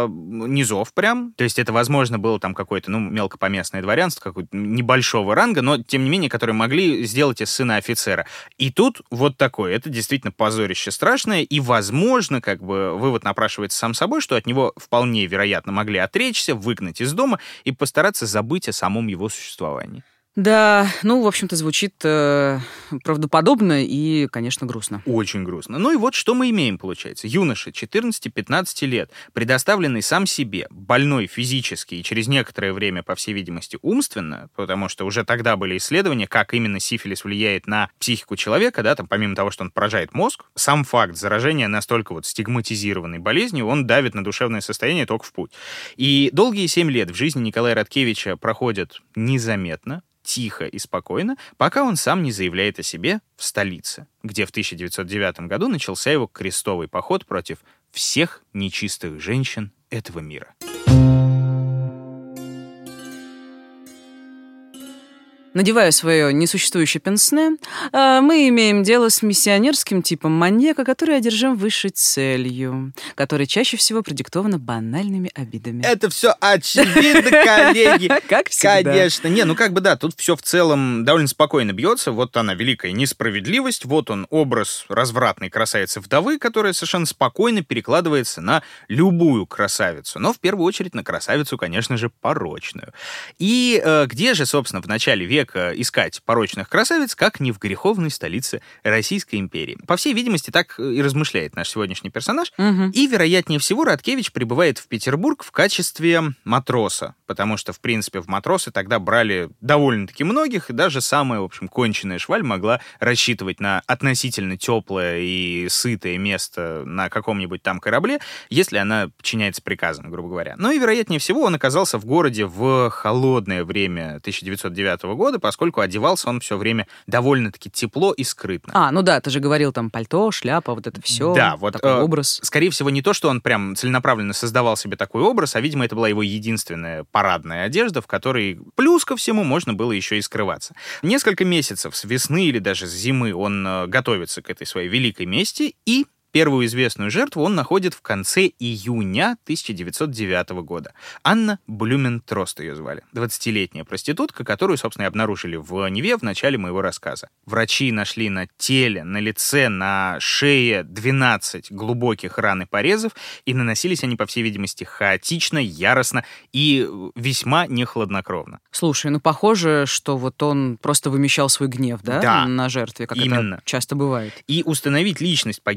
низов прям. То есть это, возможно, было там какое-то, мелкопоместное дворянство, какое-то небольшого ранга, но, тем не менее, которые могли сделать из сына офицера. И тут вот такое. Это действительно позорище страшное, и, возможно, вывод напрашивается сам собой, что от него вполне вероятно могли отречься, выгнать из дома и постараться забыть о самом его существовании. Да, в общем-то, звучит правдоподобно и, конечно, грустно. Очень грустно. И вот что мы имеем, получается. Юноша 14-15 лет, предоставленный сам себе, больной физически и через некоторое время, по всей видимости, умственно, потому что уже тогда были исследования, как именно сифилис влияет на психику человека, там, помимо того, что он поражает мозг, сам факт заражения настолько стигматизированной болезнью, он давит на душевное состояние только в путь. И долгие 7 лет в жизни Николая Радкевича проходят незаметно, тихо и спокойно, пока он сам не заявляет о себе в столице, где в 1909 году начался его крестовый поход против всех нечистых женщин этого мира. Надевая свое несуществующее пенсне, мы имеем дело с миссионерским типом маньяка, который одержим высшей целью, который чаще всего продиктована банальными обидами. Это все очевидно, коллеги. Как всегда. Конечно. Тут все в целом довольно спокойно бьется. Вот она, великая несправедливость. Вот он, образ развратной красавицы-вдовы, которая совершенно спокойно перекладывается на любую красавицу. Но в первую очередь на красавицу, конечно же, порочную. И где же, собственно, в начале века искать порочных красавиц, как не в греховной столице Российской империи. По всей видимости, так и размышляет наш сегодняшний персонаж. И, вероятнее всего, Радкевич прибывает в Петербург в качестве матроса, потому что, в принципе, в матросы тогда брали довольно-таки многих, и даже самая, в общем, конченая шваль могла рассчитывать на относительно теплое и сытое место на каком-нибудь там корабле, если она подчиняется приказам, грубо говоря. И, вероятнее всего, он оказался в городе в холодное время 1909 года, поскольку одевался он все время довольно-таки тепло и скрытно. Ты же говорил, там, пальто, шляпа, вот это все. Да, вот такой образ. Скорее всего, не то, что он прям целенаправленно создавал себе такой образ, а, видимо, это была его единственная парадная одежда, в которой плюс ко всему можно было еще и скрываться. Несколько месяцев с весны или даже с зимы он готовится к этой своей великой мести, и первую известную жертву он находит в конце июня 1909 года. Анна Блюментрост ее звали. 20-летняя проститутка, которую, собственно, и обнаружили в Неве в начале моего рассказа. Врачи нашли на теле, на лице, на шее 12 глубоких ран и порезов, и наносились они, по всей видимости, хаотично, яростно и весьма нехладнокровно. Слушай, похоже, что вот он просто вымещал свой гнев, да? Да, на жертве, как именно. Это часто бывает. И установить личность погибшей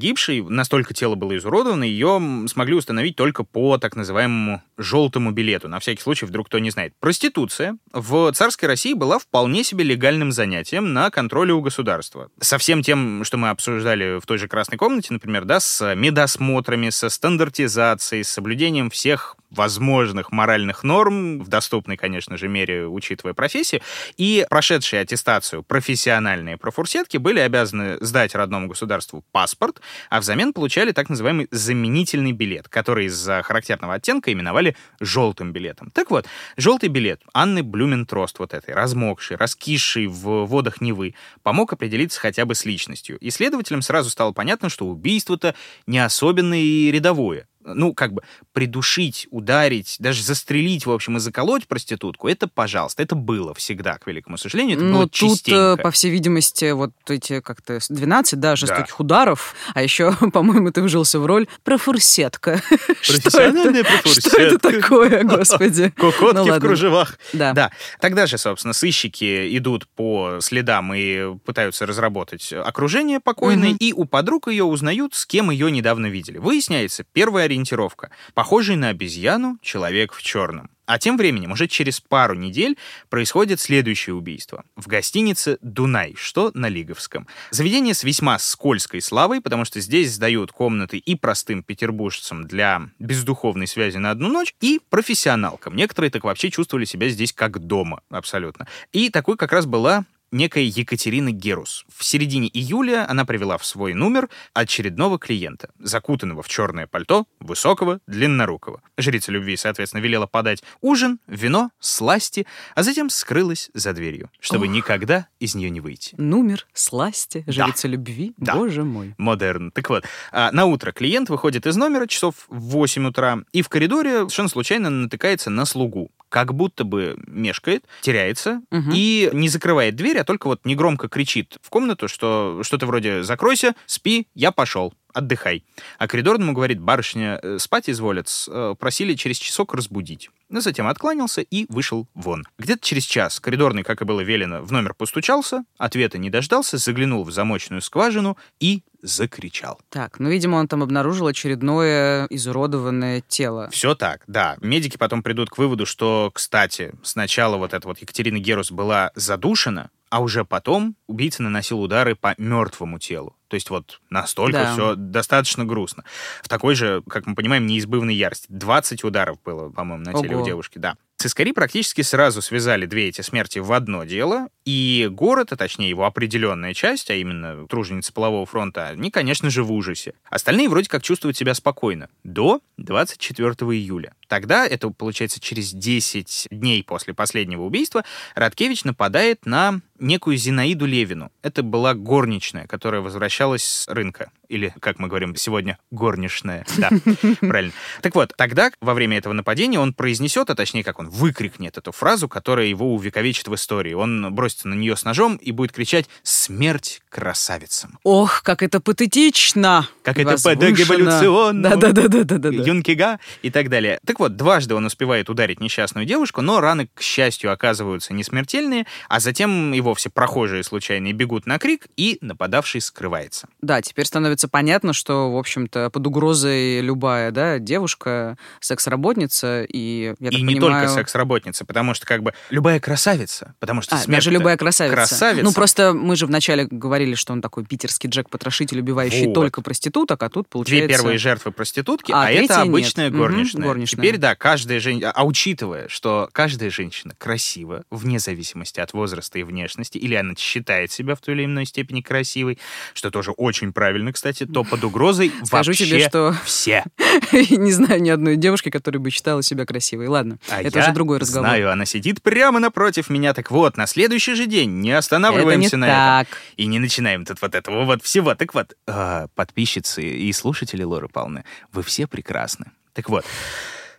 настолько тело было изуродовано, ее смогли установить только по так называемому желтому билету. На всякий случай, вдруг кто не знает. Проституция в царской России была вполне себе легальным занятием на контроле у государства. Со всем тем, что мы обсуждали в той же красной комнате, например, да, с медосмотрами, со стандартизацией, с соблюдением всех возможных моральных норм, в доступной, конечно же, мере, учитывая профессию, и прошедшие аттестацию профессиональные профурсетки были обязаны сдать родному государству паспорт, а взамен получали так называемый заменительный билет, который из-за характерного оттенка именовали желтым билетом. Так вот, желтый билет Анны Блюментрост, вот этой, размокшей, раскисшей в водах Невы, помог определиться хотя бы с личностью. Исследователям сразу стало понятно, что убийство-то не особенно и рядовое. Ну, как бы придушить, ударить, даже застрелить, в общем, и заколоть проститутку, это, пожалуйста, это было всегда, к великому сожалению, это было частенько. Тут, по всей видимости, вот эти как-то 12, да, жестоких ударов, а еще, по-моему, ты вжился в роль профурсетка. Профессиональная профурсетка. Что это такое, господи? Кокотки в кружевах. Да. Тогда же, собственно, сыщики идут по следам и пытаются разработать окружение покойной, и у подруг ее узнают, с кем ее недавно видели. Выясняется, первая ориентировка. Похожий на обезьяну человек в черном. А тем временем, уже через пару недель, происходит следующее убийство. В гостинице «Дунай», что на Лиговском. Заведение с весьма скользкой славой, потому что здесь сдают комнаты и простым петербуржцам для бездуховной связи на одну ночь, и профессионалкам. Некоторые так вообще чувствовали себя здесь как дома, абсолютно. И такой как раз была некая Екатерина Герус. В середине июля она привела в свой номер очередного клиента, закутанного в черное пальто, высокого, длиннорукого. Жрица любви, соответственно, велела подать ужин, вино, сласти, а затем скрылась за дверью, чтобы никогда из нее не выйти. Номер, сласти, жрица любви, боже мой. Модерн. Так вот, на утро клиент выходит из номера часов в 8 утра и в коридоре совершенно случайно натыкается на слугу. Как будто бы мешкает, теряется и не закрывает дверь, а только вот негромко кричит в комнату, что что-то вроде «закройся, спи, я пошел». Отдыхай. А коридорному говорит: барышня, спать изволят, просили через часок разбудить. Но затем откланялся и вышел вон. Где-то через час коридорный, как и было велено, в номер постучался, ответа не дождался, заглянул в замочную скважину и закричал. Так, ну, видимо, он там обнаружил очередное изуродованное тело. Все так, да. Медики потом придут к выводу, что, кстати, сначала вот эта вот Екатерина Герус была задушена, а уже потом убийца наносил удары по мертвому телу. То есть вот настолько все достаточно грустно. В такой же, как мы понимаем, неизбывной ярости. 20 ударов было, по-моему, на теле у девушки, да. Сыскари практически сразу связали две эти смерти в одно дело, и город, а точнее его определенная часть, а именно труженицы Полового фронта, они, конечно же, в ужасе. Остальные вроде как чувствуют себя спокойно. До 24 июля. Тогда, это получается через 10 дней после последнего убийства, Радкевич нападает на некую Зинаиду Левину. Это была горничная, которая возвращалась с рынка. Или, как мы говорим сегодня, горничная. Да, правильно. Так вот, тогда, во время этого нападения, он произнесет, а точнее, как он выкрикнет эту фразу, которая его увековечит в истории. Он бросится на нее с ножом и будет кричать «Смерть красавицам». Ох, как это патетично! Как это по-дореволюционному. Да. Юнкига и так далее. Так вот, дважды он успевает ударить несчастную девушку, но раны, к счастью, оказываются не смертельные, а затем и вовсе прохожие случайные бегут на крик, и нападавший скрывается. Да, теперь становится понятно, что, в общем-то, под угрозой любая, да, девушка, секс-работница, и, я так понимаю... не только секс-работница, потому что как бы любая красавица, потому что смерть... даже любая красавица. Ну, просто мы же вначале говорили, что он такой питерский Джек-потрошитель, убивающий только проституток, а тут, получается... Две первые жертвы проститутки, а это обычная горничная. Горничная. Теперь, да, каждая женщина... А учитывая, что каждая женщина красива, вне зависимости от возраста и внешности, или она считает себя в той или иной степени красивой, что тоже очень правильно, кстати, то под угрозой Скажу вообще тебе, что... все. Не знаю ни одной девушки, которая бы считала себя красивой. Ладно, это уже другой разговор. Знаю, она сидит прямо напротив меня. Так вот, на следующий же день не останавливаемся на этом. И не начинаем тут вот этого вот всего. Так вот, подписчицы и слушатели Лоры Павловны, вы все прекрасны. Так вот,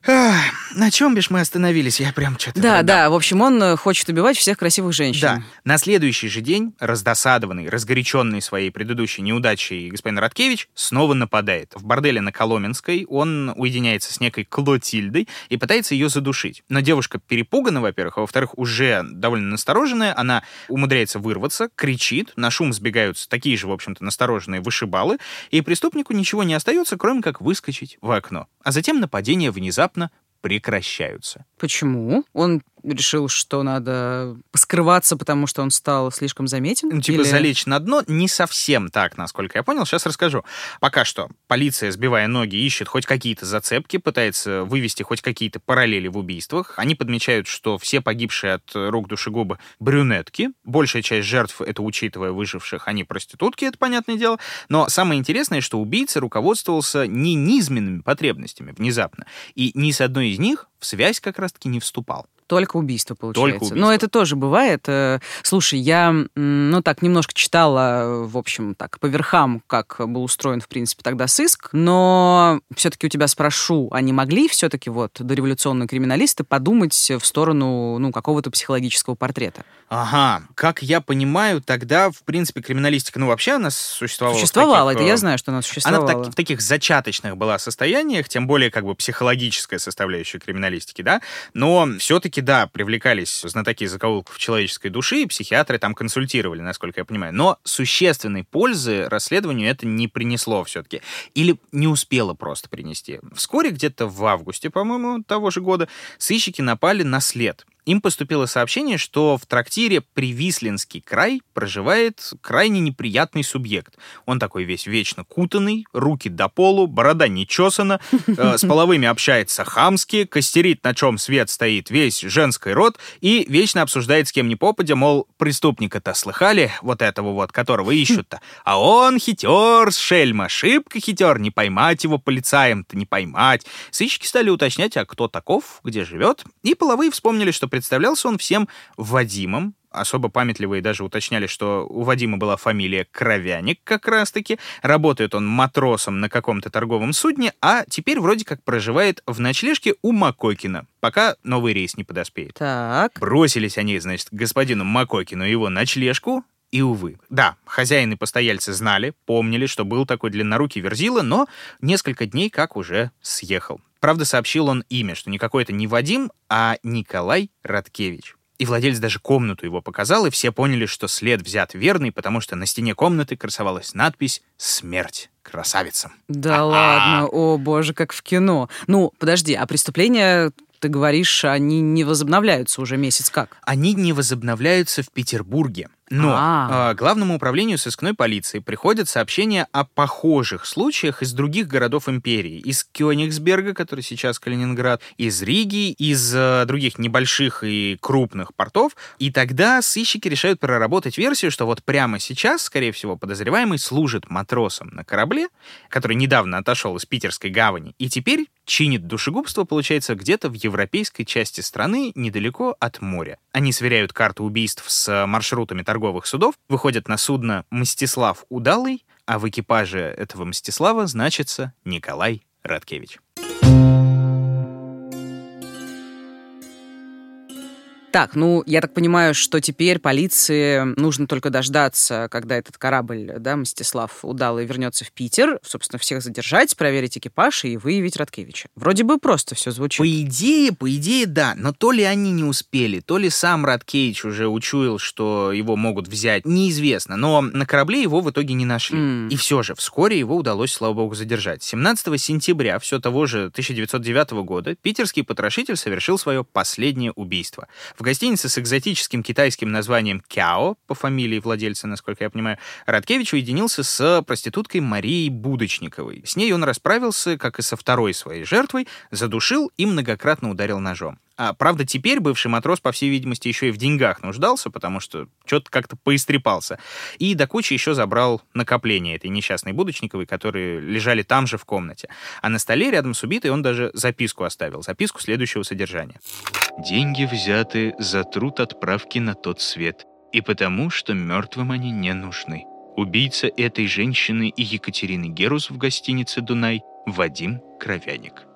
На чем бишь мы остановились? Я прям что-то... Да, в общем, он хочет убивать всех красивых женщин. Да. На следующий же день, раздосадованный, разгоряченный своей предыдущей неудачей, господин Радкевич снова нападает. В борделе на Коломенской он уединяется с некой Клотильдой и пытается ее задушить. Но девушка перепугана, во-первых, а во-вторых, уже довольно настороженная. Она умудряется вырваться, кричит, на шум сбегаются такие же, в общем-то, настороженные вышибалы, и преступнику ничего не остается, кроме как выскочить в окно. А затем нападения внезапно прекращаются. Почему? Он решил, что надо скрываться, потому что он стал слишком заметен? Ну, типа залечь на дно? Не совсем так, насколько я понял. Сейчас расскажу. Пока что полиция, сбивая ноги, ищет хоть какие-то зацепки, пытается вывести хоть какие-то параллели в убийствах. Они подмечают, что все погибшие от рук душегуба брюнетки. Большая часть жертв, это учитывая выживших, они проститутки, это понятное дело. Но самое интересное, что убийца руководствовался не низменными потребностями внезапно. И ни с одной из них в связь как раз-таки не вступал. Только убийство, получается. Только убийство. Но это тоже бывает. Слушай, я, так немножко читала, в общем, так, по верхам, как был устроен, в принципе, тогда сыск, но все-таки у тебя спрошу, а не могли все-таки дореволюционные криминалисты подумать в сторону, какого-то психологического портрета? Ага. Как я понимаю, тогда, в принципе, криминалистика, вообще она существовала. Существовала, это я знаю, что она существовала. Она в таких зачаточных была состояниях, тем более, психологическая составляющая криминалистики, да, но все-таки, да, привлекались знатоки закоулков человеческой души, и психиатры там консультировали, насколько я понимаю. Но существенной пользы расследованию это не принесло все-таки. Или не успело просто принести. Вскоре, где-то в августе, по-моему, того же года, сыщики напали на след. Им поступило сообщение, что в трактире Привислинский край проживает крайне неприятный субъект. Он такой весь вечно кутанный, руки до полу, борода не чесана, с половыми общается хамски, костерит, на чем свет стоит весь женский род и вечно обсуждает с кем ни попадя, мол, преступника-то слыхали, вот этого которого ищут-то, а он хитер, шельма, шибко хитер, не поймать его полицаем-то, не поймать. Сыщики стали уточнять, а кто таков, где живет, и половые вспомнили, что представлялся он всем Вадимом. Особо памятливые даже уточняли, что у Вадима была фамилия Кровяник как раз-таки. Работает он матросом на каком-то торговом судне, а теперь вроде как проживает в ночлежке у Макокина, пока новый рейс не подоспеет. Так. Бросились они, значит, к господину Макокину его ночлежку, и, увы. Да, хозяин и постояльцы знали, помнили, что был такой длиннорукий верзила, но несколько дней как уже съехал. Правда, сообщил он имя, что никакой это не Вадим, а Николай Радкевич. И владелец даже комнату его показал, и все поняли, что след взят верный, потому что на стене комнаты красовалась надпись «Смерть красавицам». Да ладно, о боже, как в кино. Подожди, а преступления, ты говоришь, они не возобновляются уже месяц как? Они не возобновляются в Петербурге. Но Главному управлению сыскной полиции приходят сообщения о похожих случаях из других городов империи. Из Кёнигсберга, который сейчас Калининград, из Риги, из других небольших и крупных портов. И тогда сыщики решают проработать версию, что вот прямо сейчас, скорее всего, подозреваемый служит матросом на корабле, который недавно отошел из Питерской гавани, и теперь чинит душегубство, получается, где-то в европейской части страны, недалеко от моря. Они сверяют карту убийств с маршрутами торговых судов, выходят на судно «Мстислав Удалый», а в экипаже этого Мстислава значится Николай Радкевич. Так, я так понимаю, что теперь полиции нужно только дождаться, когда этот корабль, да, Мстислав Удалый, вернется в Питер, собственно, всех задержать, проверить экипаж и выявить Радкевича. Вроде бы просто все звучит. По идее, да, но то ли они не успели, то ли сам Радкевич уже учуял, что его могут взять, неизвестно, но на корабле его в итоге не нашли. И все же, вскоре его удалось, слава богу, задержать. 17 сентября все того же 1909 года питерский потрошитель совершил свое последнее убийство. В гостинице с экзотическим китайским названием «Кяо», по фамилии владельца, насколько я понимаю, Радкевич уединился с проституткой Марией Будочниковой. С ней он расправился, как и со второй своей жертвой, задушил и многократно ударил ножом. Правда, теперь бывший матрос, по всей видимости, еще и в деньгах нуждался, потому что что-то как-то поистрепался. И до кучи еще забрал накопления этой несчастной Будочниковой, которые лежали там же в комнате. А на столе рядом с убитой он даже записку оставил. Записку следующего содержания. «Деньги взяты за труд отправки на тот свет, и потому, что мертвым они не нужны. Убийца этой женщины и Екатерины Герус в гостинице «Дунай» Вадим Кровяник».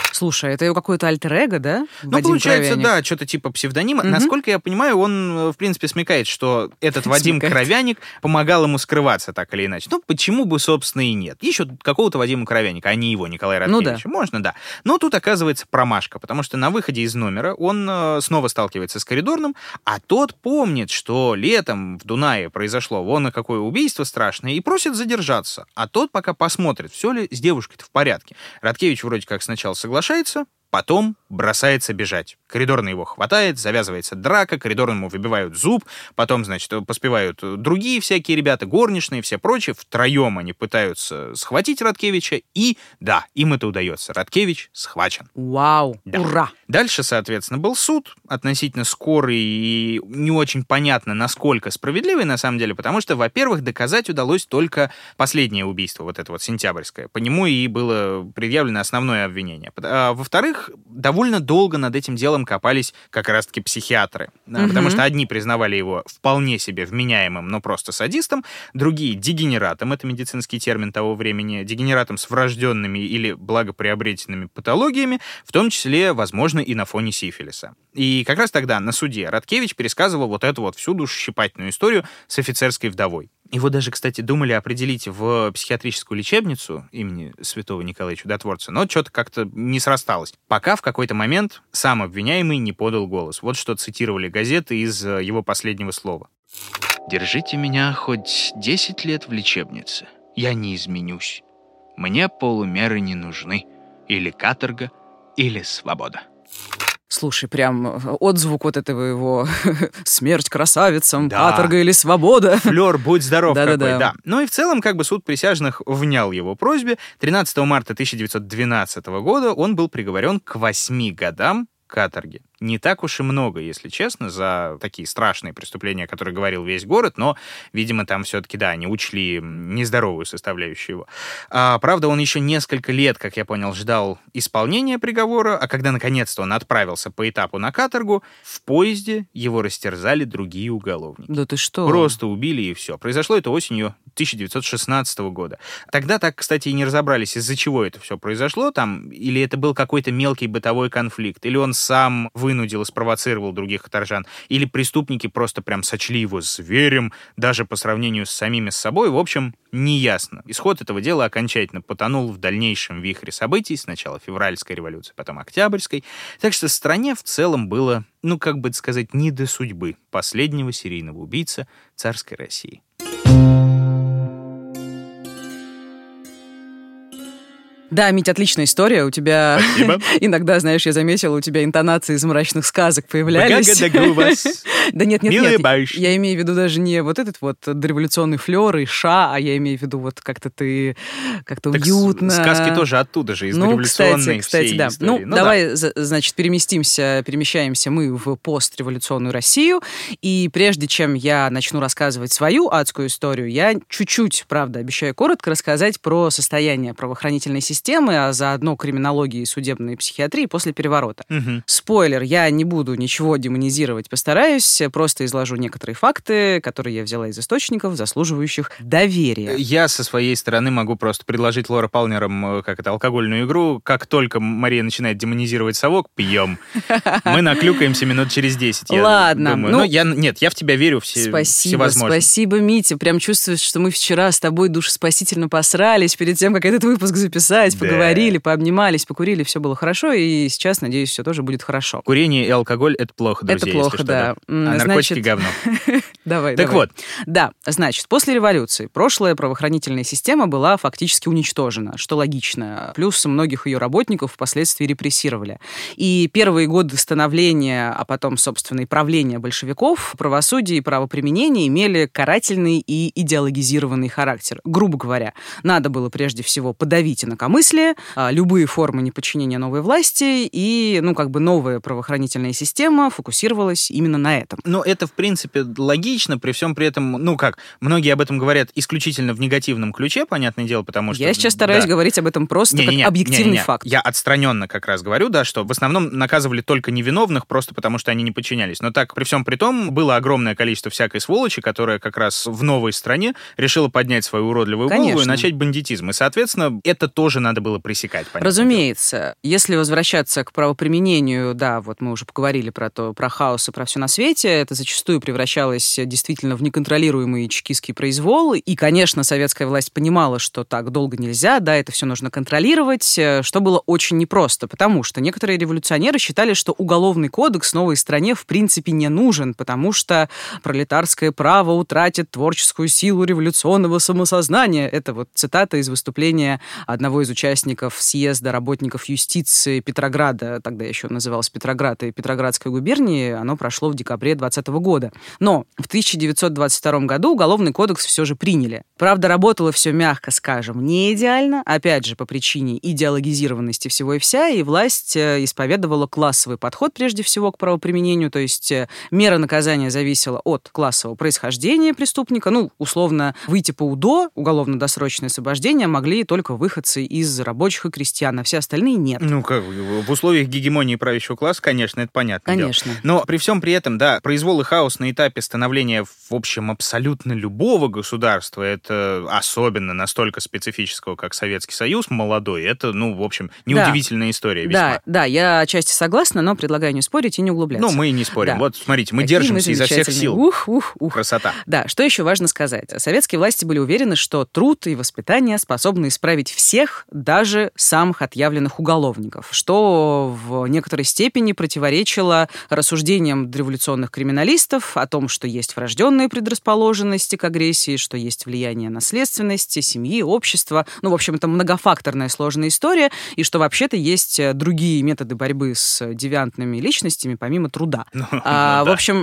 Слушай, это его какой-то альтер-эго, да? Ну, получается, да, что-то типа псевдонима. Насколько я понимаю, он, в принципе, смекает, что этот Вадим Коровяник помогал ему скрываться так или иначе. Ну, почему бы, собственно, и нет. Ищут какого-то Вадима Коровяника, а не его, Николая Радкевича. Ну, да. Можно, да. Но тут оказывается промашка, потому что на выходе из номера он снова сталкивается с коридорным, а тот помнит, что летом в Дунае произошло вон какое убийство страшное, и просит задержаться. А тот пока посмотрит, все ли с девушкой-то в порядке. Радкевич вроде как сначала соглашается, потом бросается бежать. Коридорный его хватает, завязывается драка, коридорному выбивают зуб, потом, значит, поспевают другие всякие ребята, горничные, все прочие. Втроем они пытаются схватить Радкевича, и, да, им это удается. Радкевич схвачен. Вау, да. Ура! Дальше, соответственно, был суд, относительно скорый и не очень понятно, насколько справедливый на самом деле, потому что, во-первых, доказать удалось только последнее убийство, вот это вот сентябрьское. По нему и было предъявлено основное обвинение. А, во-вторых, довольно долго над этим делом копались как раз-таки психиатры, потому что одни признавали его вполне себе вменяемым, но просто садистом, другие — дегенератом, это медицинский термин того времени, дегенератом с врожденными или благоприобретенными патологиями, в том числе, возможно, и на фоне сифилиса. И как раз тогда на суде Радкевич пересказывал вот эту вот всю душещипательную историю с офицерской вдовой. Его даже, кстати, думали определить в психиатрическую лечебницу имени святого Николая Чудотворца, но что-то как-то не срасталось. Пока в какой-то момент сам обвиняемый не подал голос. Вот что цитировали газеты из его последнего слова. «Держите меня хоть 10 лет в лечебнице. Я не изменюсь. Мне полумеры не нужны. Или каторга, или свобода». Слушай, прям отзвук вот этого его «Смерть красавицам, да. Каторга или свобода». Флёр, будь здоров какой, да. Ну и в целом, как бы суд присяжных внял его просьбе. 13 марта 1912 года он был приговорен к 8 годам каторги. Не так уж и много, если честно, за такие страшные преступления, о которых говорил весь город, но, видимо, там все-таки, да, они учли нездоровую составляющую его. Правда, он еще несколько лет, как я понял, ждал исполнения приговора, а когда, наконец-то, он отправился по этапу на каторгу, в поезде его растерзали другие уголовники. Да ты что? Просто убили, и все. Произошло это осенью 1916 года. Тогда так, кстати, и не разобрались, из-за чего это все произошло, там, или это был какой-то мелкий бытовой конфликт, или он сам вынудил и спровоцировал других каторжан, или преступники просто прям сочли его зверем, даже по сравнению с самими собой. В общем, неясно. Исход этого дела окончательно потонул в дальнейшем вихре событий, сначала февральской революции, потом октябрьской. Так что стране в целом было, ну, как бы сказать, не до судьбы последнего серийного убийцы царской России. Да, Мить, отличная история. У тебя иногда, знаешь, я заметила, у тебя интонации из «Мрачных сказок» появлялись. Да нет, я имею в виду даже не вот этот вот дореволюционный флёр и ша, а я имею в виду вот как-то ты как-то уютно. Сказки тоже оттуда же, из дореволюционной всей да. истории. Ну, давай, значит, перемещаемся мы в постреволюционную Россию, и прежде чем я начну рассказывать свою адскую историю, я чуть-чуть, правда, обещаю коротко рассказать про состояние правоохранительной системы, а заодно криминологии и судебной психиатрии после переворота. Спойлер, я не буду ничего демонизировать, постараюсь, просто изложу некоторые факты, которые я взяла из источников, заслуживающих доверия. Я со своей стороны могу просто предложить Лора Палмерам алкогольную игру. Как только Мария начинает демонизировать совок, пьем. Мы наклюкаемся минут через 10, я Ладно. думаю. Ну, я в тебя верю всевозможно. Спасибо, Митя. Прям чувствуешь, что мы вчера с тобой душеспасительно посрались перед тем, как этот выпуск записать. Поговорили, пообнимались, покурили, все было хорошо, и сейчас, надеюсь, все тоже будет хорошо. Курение и алкоголь — это плохо, друзья. Это плохо, да. А наркотики — говно. Давай. Так вот. Да, значит, после революции прошлая правоохранительная система была фактически уничтожена, что логично. Плюс многих ее работников впоследствии репрессировали. И первые годы становления, а потом, собственно, и правления большевиков, правосудие и правоприменение имели карательный и идеологизированный характер. Грубо говоря, надо было прежде всего подавить инакомыслие, любые формы неподчинения новой власти, и, новая правоохранительная система фокусировалась именно на этом. Ну, это, в принципе, логично, при всем при этом, многие об этом говорят исключительно в негативном ключе, понятное дело, потому что... Я сейчас стараюсь говорить об этом просто как объективный факт. Я отстраненно как раз говорю, да, что в основном наказывали только невиновных, просто потому что они не подчинялись. Но так, при всем при том, было огромное количество всякой сволочи, которая как раз в новой стране решила поднять свою уродливую голову и начать бандитизм. И, соответственно, это тоже надо было пресекать. Разумеется. Если возвращаться к правоприменению, да, вот мы уже поговорили про хаос и про все на свете, это зачастую превращалось действительно в неконтролируемый чекистский произвол. И, конечно, советская власть понимала, что так долго нельзя, да, это все нужно контролировать, что было очень непросто, потому что некоторые революционеры считали, что уголовный кодекс новой стране в принципе не нужен, потому что пролетарское право утратит творческую силу революционного самосознания. Это вот цитата из выступления одного из участников съезда работников юстиции Петрограда, тогда еще называлось Петроград и Петроградской губернии, оно прошло в декабре 2020 года. Но в 1922 году уголовный кодекс все же приняли. Правда, работало все, мягко скажем, не идеально, опять же, по причине идеологизированности всего и вся, и власть исповедовала классовый подход прежде всего к правоприменению, то есть мера наказания зависела от классового происхождения преступника. Условно, выйти по УДО, уголовно-досрочное освобождение, могли только выходцы из рабочих и крестьян, а все остальные нет. В условиях гегемонии правящего класса, конечно, это понятно. Конечно. Но при всем при этом, да, произвол и хаос на этапе становления, в общем, абсолютно любого государства, это особенно настолько специфического, как Советский Союз, молодой, это, в общем, неудивительная история весьма. Да, я отчасти согласна, но предлагаю не спорить и не углубляться. Мы и не спорим. Да. Вот, смотрите, мы держимся изо всех сил. Красота. Да, что еще важно сказать? Советские власти были уверены, что труд и воспитание способны исправить всех, даже самых отъявленных уголовников, что в некоторой степени противоречило рассуждениям революционных криминалистов о том, что есть врожденные предрасположенности к агрессии, что есть влияние наследственности, семьи, общества. В общем, это многофакторная сложная история, и что вообще-то есть другие методы борьбы с девиантными личностями помимо труда. В общем,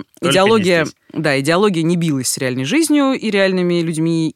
идеология не билась с реальной жизнью и реальными людьми,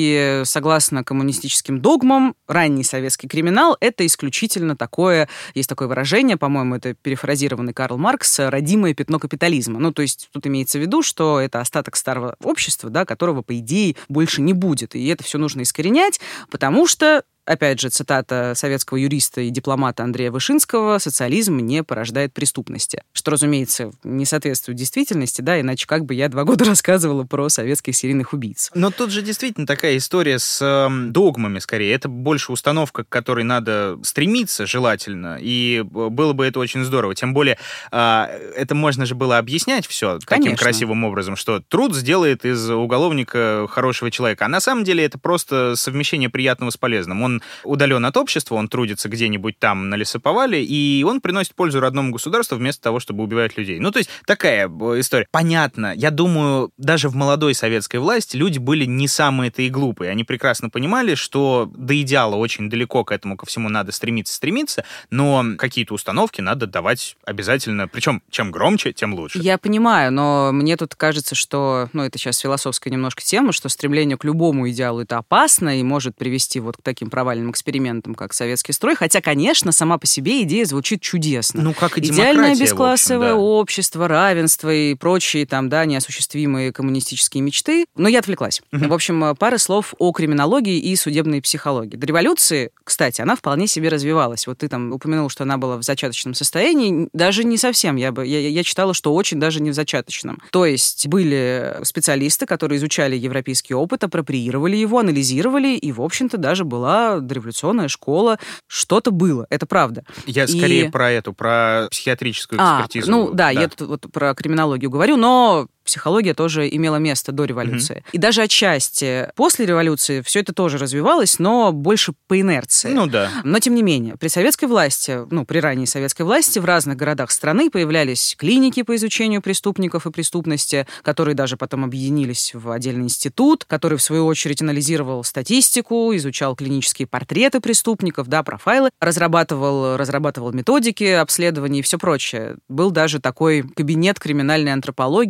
и согласно коммунистическим догмам, ранний советский криминал — это исключительно есть такое выражение, по-моему, это перефразированный Карл Маркс, родимое пятно капитализма. То есть тут имеется в виду, что это остаток старого общества, да, которого, по идее, больше не будет. И это все нужно искоренять, потому что, опять же, цитата советского юриста и дипломата Андрея Вышинского: «Социализм не порождает преступности». Что, разумеется, не соответствует действительности, да, иначе как бы я 2 года рассказывала про советских серийных убийц. Но тут же действительно такая история с догмами, скорее. Это больше установка, к которой надо стремиться желательно, и было бы это очень здорово. Тем более, это можно же было объяснять все таким красивым образом, что труд сделает из уголовника хорошего человека. А на самом деле это просто совмещение приятного с полезным. Он удален от общества, он трудится где-нибудь там на лесоповале, и он приносит пользу родному государству вместо того, чтобы убивать людей. То есть такая история. Понятно, я думаю, даже в молодой советской власти люди были не самые-то и глупые. Они прекрасно понимали, что до идеала очень далеко, к этому ко всему надо стремиться, но какие-то установки надо давать обязательно. Причем, чем громче, тем лучше. Я понимаю, но мне тут кажется, что, это сейчас философская немножко тема, что стремление к любому идеалу — это опасно и может привести вот к таким провальным экспериментам, как советский строй. Хотя, конечно, сама по себе идея звучит чудесно. Как и идеальное бесклассовое общество, равенство и прочие неосуществимые коммунистические мечты. Но я отвлеклась. В общем, пара слов о криминологии и судебной психологии. До революции, кстати, она вполне себе развивалась. Вот ты упомянул, что она была в зачаточном состоянии. Даже не совсем. Я читала, что очень даже не в зачаточном. То есть были специалисты, которые изучали европейский опыт, апроприировали его, анализировали, и, в общем-то, даже была дореволюционная школа. Что-то было, это правда. Я скорее про психиатрическую экспертизу. Я тут про криминологию говорю, но психология тоже имела место до революции. И даже отчасти после революции все это тоже развивалось, но больше по инерции. Но, тем не менее, при советской власти, при ранней советской власти в разных городах страны появлялись клиники по изучению преступников и преступности, которые даже потом объединились в отдельный институт, который, в свою очередь, анализировал статистику, изучал клинические портреты преступников, профайлы, разрабатывал методики обследования и все прочее. Был даже такой кабинет криминальной антропологии и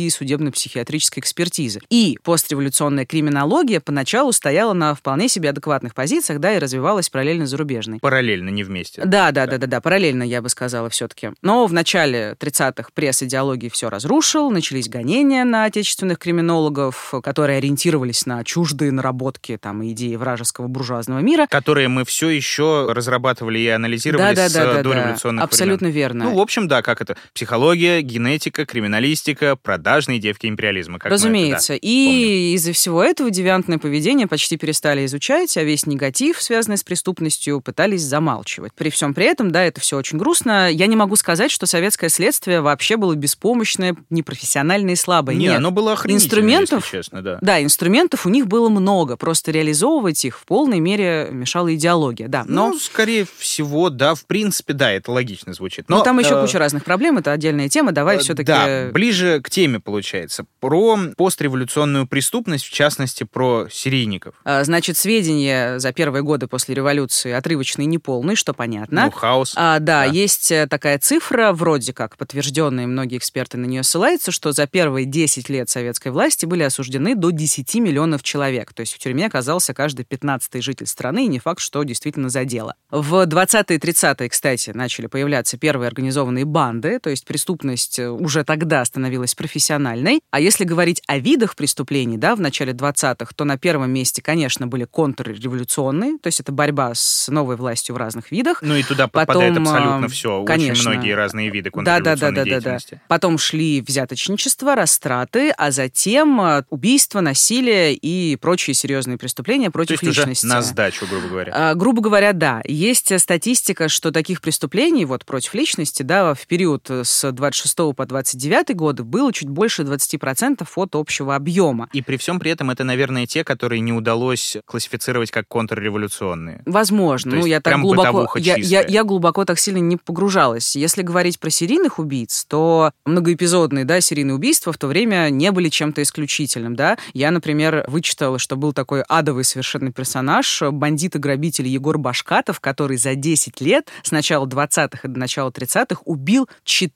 и судебно-психиатрической экспертизы. И постреволюционная криминология поначалу стояла на вполне себе адекватных позициях, да, и развивалась параллельно зарубежной. Параллельно, не вместе. Да, параллельно, я бы сказала, все-таки. Но в начале 30-х пресс идеологии все разрушил, начались гонения на отечественных криминологов, которые ориентировались на чуждые наработки, там, идеи вражеского буржуазного мира. Которые мы все еще разрабатывали и анализировали с дореволюционных времен. Абсолютно верно. Ну, в общем, да, как это? Психология, генетика, криминалистика, продажные девки империализма. Разумеется. И из-за всего этого девиантное поведение почти перестали изучать, а весь негатив, связанный с преступностью, пытались замалчивать. При всем при этом, да, это все очень грустно. Я не могу сказать, что советское следствие вообще было беспомощное, непрофессиональное и слабое. Нет, оно было охренительное, если честно, да. Да, инструментов у них было много, просто реализовывать их в полной мере мешала идеология, да. Но... Ну, скорее всего, да, в принципе, да, это логично звучит. Но там еще куча разных проблем, это отдельная тема, давай все-таки... Да, ближе к теме, получается. Про постреволюционную преступность, в частности, про серийников. Значит, сведения за первые годы после революции отрывочные, неполные, что понятно. Ну, хаос. Да, есть такая цифра, вроде как подтвержденная, многие эксперты на нее ссылаются, что за первые 10 лет советской власти были осуждены до 10 миллионов человек. То есть в тюрьме оказался каждый 15-й житель страны, и не факт, что действительно за дело. В 20-е и 30-е, кстати, начали появляться первые организованные банды, то есть преступность уже тогда становилась профессиональной. А если говорить о видах преступлений, да, в начале 20-х, то на первом месте, конечно, были контрреволюционные, то есть это борьба с новой властью в разных видах. Ну и туда попадает абсолютно все, конечно, очень многие разные виды контрреволюционной деятельности. Да. Потом шли взяточничество, растраты, а затем убийство, насилие и прочие серьезные преступления против личности. Уже на сдачу, грубо говоря. Грубо говоря, да. Есть статистика, что таких преступлений вот против личности, да, в период с 26 по 29 годы было чуть больше 20% от общего объема. И при всем при этом это, наверное, те, которые не удалось классифицировать как контрреволюционные. Возможно. Ну, я так глубоко... Я глубоко так сильно не погружалась. Если говорить про серийных убийц, то многоэпизодные, да, серийные убийства в то время не были чем-то исключительным, да. Я, например, вычитала, что был такой адовый совершенно персонаж, бандит и грабитель Егор Башкатов, который за 10 лет, с начала 20-х и до начала 30-х, убил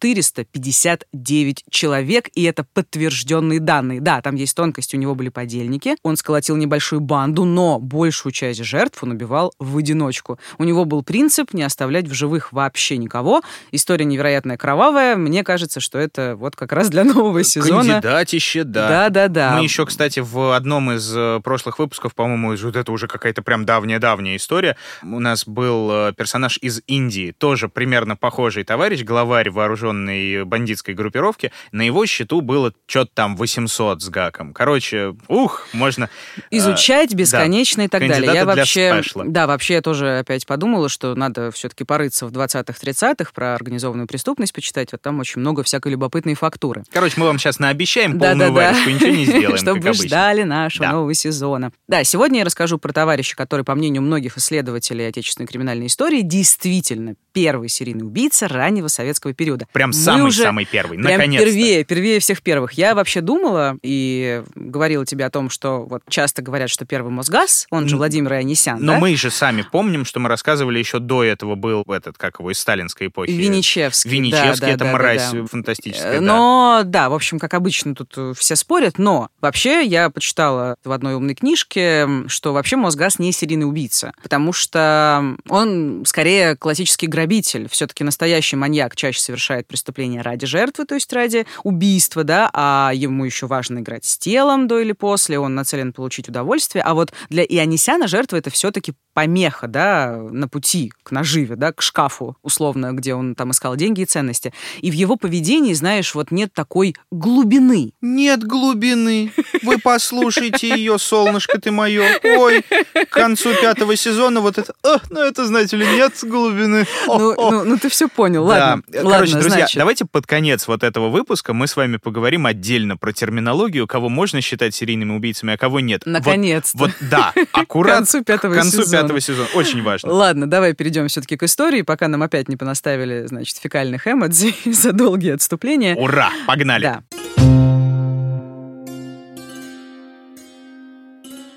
459 человек, и это подтвержденные данные. Да, там есть тонкость, у него были подельники, он сколотил небольшую банду, но большую часть жертв он убивал в одиночку. У него был принцип не оставлять в живых вообще никого. История невероятно кровавая. Мне кажется, что это вот как раз для нового сезона. Кандидатище, да. Да. Мы еще, кстати, в одном из прошлых выпусков, по-моему, вот это уже какая-то прям давняя-давняя история, у нас был персонаж из Индии, тоже примерно похожий товарищ, главарь вооруженной бандитской группировки. На его счету было что-то там 800 с гаком. Короче, можно... изучать бесконечно, да, и так далее. Я вообще я тоже опять подумала, что надо все-таки порыться в 20-х, 30-х, про организованную преступность почитать. Вот там очень много всякой любопытной фактуры. Короче, мы вам сейчас наобещаем полную варежку, ничего не сделаем, чтобы вы ждали нашего нового сезона. Да, сегодня я расскажу про товарища, который, по мнению многих исследователей отечественной криминальной истории, действительно первый серийный убийца раннего советского периода. Прям самый-самый первый, наконец-то. Первее всех первых. Я вообще думала и говорила тебе о том, что вот часто говорят, что первый Мосгаз, он же Владимир Ионисян, но мы же сами помним, что мы рассказывали, еще до этого был из сталинской эпохи. Винничевский, это мразь фантастическая. Но, в общем, как обычно, тут все спорят, но вообще я почитала в одной умной книжке, что вообще Мосгаз не серийный убийца, потому что он скорее классический грабитель. Все-таки настоящий маньяк чаще совершает преступления ради жертвы, то есть ради убийства, да, а ему еще важно играть с телом до или после, он нацелен получить удовольствие, а вот для Ионисяна жертва — это все-таки помеха, да, на пути к наживе, да, к шкафу, условно, где он там искал деньги и ценности. И в его поведении, знаешь, вот нет такой глубины. Нет глубины. Вы послушайте ее, солнышко ты мое. Ой, к концу 5-го сезона вот это... это, знаете ли, нет глубины. Ну, ты все понял. Ладно. Короче, друзья, давайте под конец вот этого выпуска мы с вами поговорим отдельно про терминологию, кого можно считать серийными убийцами, а кого нет. Наконец-то. Аккурат к концу 5-го сезона. Очень важно. Ладно, давай перейдем все-таки к истории, пока нам опять не понаставили, значит, фекальных эмодзи за долгие отступления. Ура! Погнали! Да.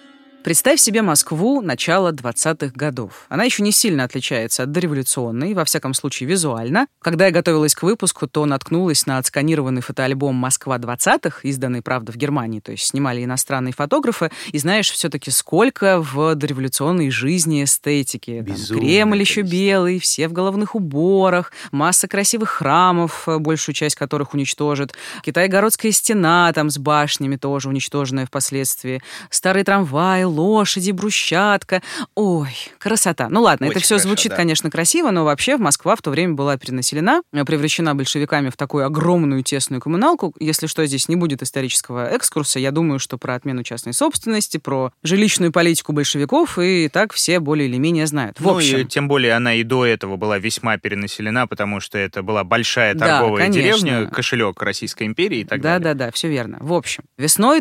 Представь себе Москву начала 20-х годов. Она еще не сильно отличается от дореволюционной, во всяком случае визуально. Когда я готовилась к выпуску, то наткнулась на отсканированный фотоальбом «Москва 20-х», изданный, правда, в Германии, то есть снимали иностранные фотографы. И знаешь, все-таки сколько в дореволюционной жизни эстетики. Там Кремль еще белый, все в головных уборах, масса красивых храмов, большую часть которых уничтожат. Китайгородская стена там с башнями тоже уничтоженная впоследствии. Старые трамваи, лошади, брусчатка. Ой, красота. Ну ладно, очень это все звучит, да, конечно, красиво, но вообще Москва в то время была перенаселена, превращена большевиками в такую огромную тесную коммуналку. Если что, здесь не будет исторического экскурса. Я думаю, что про отмену частной собственности, про жилищную политику большевиков и так все более или менее знают. В общем, и тем более она и до этого была весьма перенаселена, потому что это была большая торговая деревня, кошелек Российской империи и так далее. Да, все верно. В общем, весной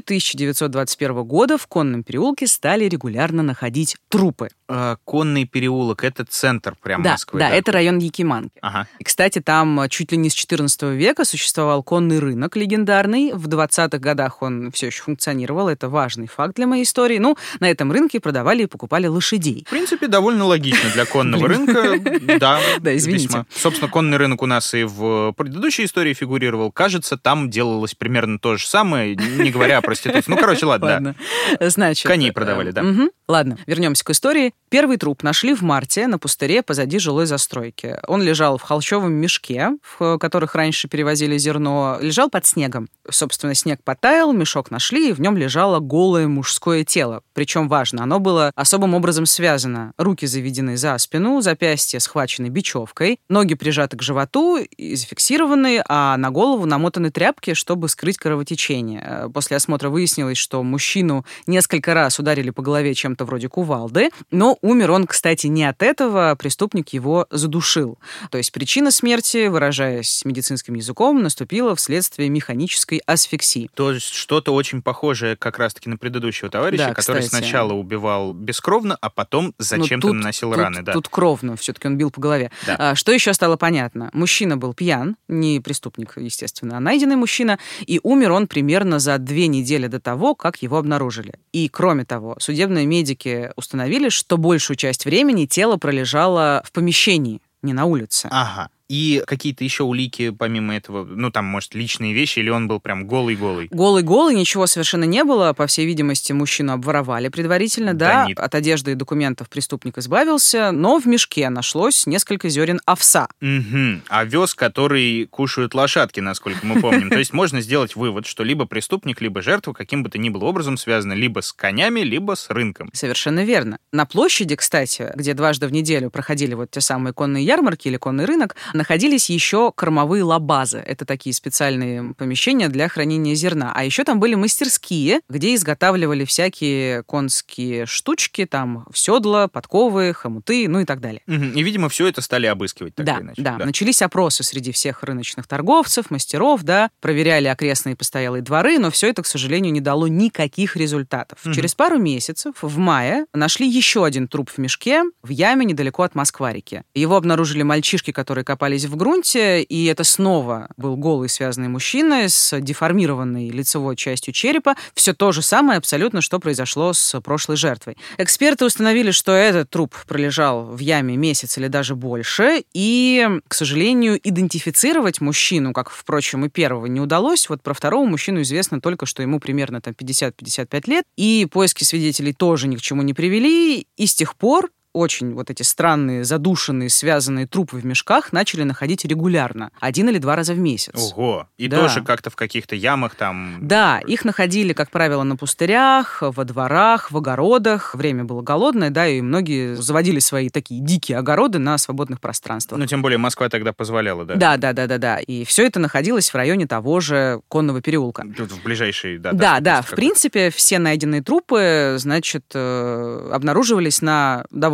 1921 года в Конном переулке стали регулярно находить трупы. Конный переулок — это центр прям Москвы. Да, это район Якиманки. Ага. И, кстати, там чуть ли не с XIV века существовал конный рынок легендарный. В 20-х годах он все еще функционировал. Это важный факт для моей истории. Ну, на этом рынке продавали и покупали лошадей. В принципе, довольно логично для конного рынка. Да, извините. Весьма. Собственно, конный рынок у нас и в предыдущей истории фигурировал. Кажется, там делалось примерно то же самое, не говоря о проституции. Ну, короче, ладно. Значит, коней продавали, да. Ладно, вернемся к истории. Первый труп нашли в марте на пустыре позади жилой застройки. Он лежал в холщовом мешке, в которых раньше перевозили зерно, лежал под снегом. Собственно, снег потаял, мешок нашли, и в нем лежало голое мужское тело. Причем важно, оно было особым образом связано. Руки заведены за спину, запястья схвачены бечевкой, ноги прижаты к животу и зафиксированы, а на голову намотаны тряпки, чтобы скрыть кровотечение. После осмотра выяснилось, что мужчину несколько раз ударили по голове чем-то вроде кувалды, но умер он, кстати, не от этого, преступник его задушил. То есть причина смерти, выражаясь медицинским языком, наступила вследствие механической асфиксии. То есть что-то очень похожее как раз-таки на предыдущего товарища, да, который сначала убивал бескровно, а потом зачем-то наносил раны. Тут кровно, все-таки он бил по голове. Да. Что еще стало понятно? Мужчина был пьян, не преступник, естественно, а найденный мужчина, и умер он примерно за 2 недели до того, как его обнаружили. И, кроме того, судебные медики установили, что большую часть времени тело пролежало в помещении, не на улице. Ага. И какие-то еще улики помимо этого, ну, там, может, личные вещи, или он был прям голый-голый? Голый-голый, ничего совершенно не было. По всей видимости, мужчину обворовали предварительно, да. От одежды и документов преступник избавился, но в мешке нашлось несколько зерен овса. Угу. Овес, который кушают лошадки, насколько мы помним. То есть можно сделать вывод, что либо преступник, либо жертва каким бы то ни было образом связаны либо с конями, либо с рынком. Совершенно верно. На площади, кстати, где дважды в неделю проходили вот те самые конные ярмарки или конный рынок, находились еще кормовые лабазы. Это такие специальные помещения для хранения зерна. А еще там были мастерские, где изготавливали всякие конские штучки, там седла, подковы, хомуты, ну и так далее. И, видимо, все это стали обыскивать, так или иначе. Да. Начались опросы среди всех рыночных торговцев, мастеров, да, проверяли окрестные постоялые дворы, но все это, к сожалению, не дало никаких результатов. Через пару месяцев, в мае, нашли еще один труп в мешке в яме недалеко от Москва-реки. Его обнаружили мальчишки, которые копались в грунте, и это снова был голый связанный мужчина с деформированной лицевой частью черепа. Все то же самое абсолютно, что произошло с прошлой жертвой. Эксперты установили, что этот труп пролежал в яме месяц или даже больше, и, к сожалению, идентифицировать мужчину, как, впрочем, и первого, не удалось. Вот про второго мужчину известно только, что ему примерно там 50-55 лет, и поиски свидетелей тоже ни к чему не привели, и с тех пор очень вот эти странные, задушенные, связанные трупы в мешках начали находить регулярно. 1 или 2 раза в месяц. Ого! И тоже как-то в каких-то ямах там... Да, их находили, как правило, на пустырях, во дворах, в огородах. Время было голодное, да, и многие заводили свои такие дикие огороды на свободных пространствах. Ну, тем более Москва тогда позволяла, да? Да. И все это находилось в районе того же Конного переулка. Тут в ближайшей, да. Да, в принципе, все найденные трупы, значит, обнаруживались на довольно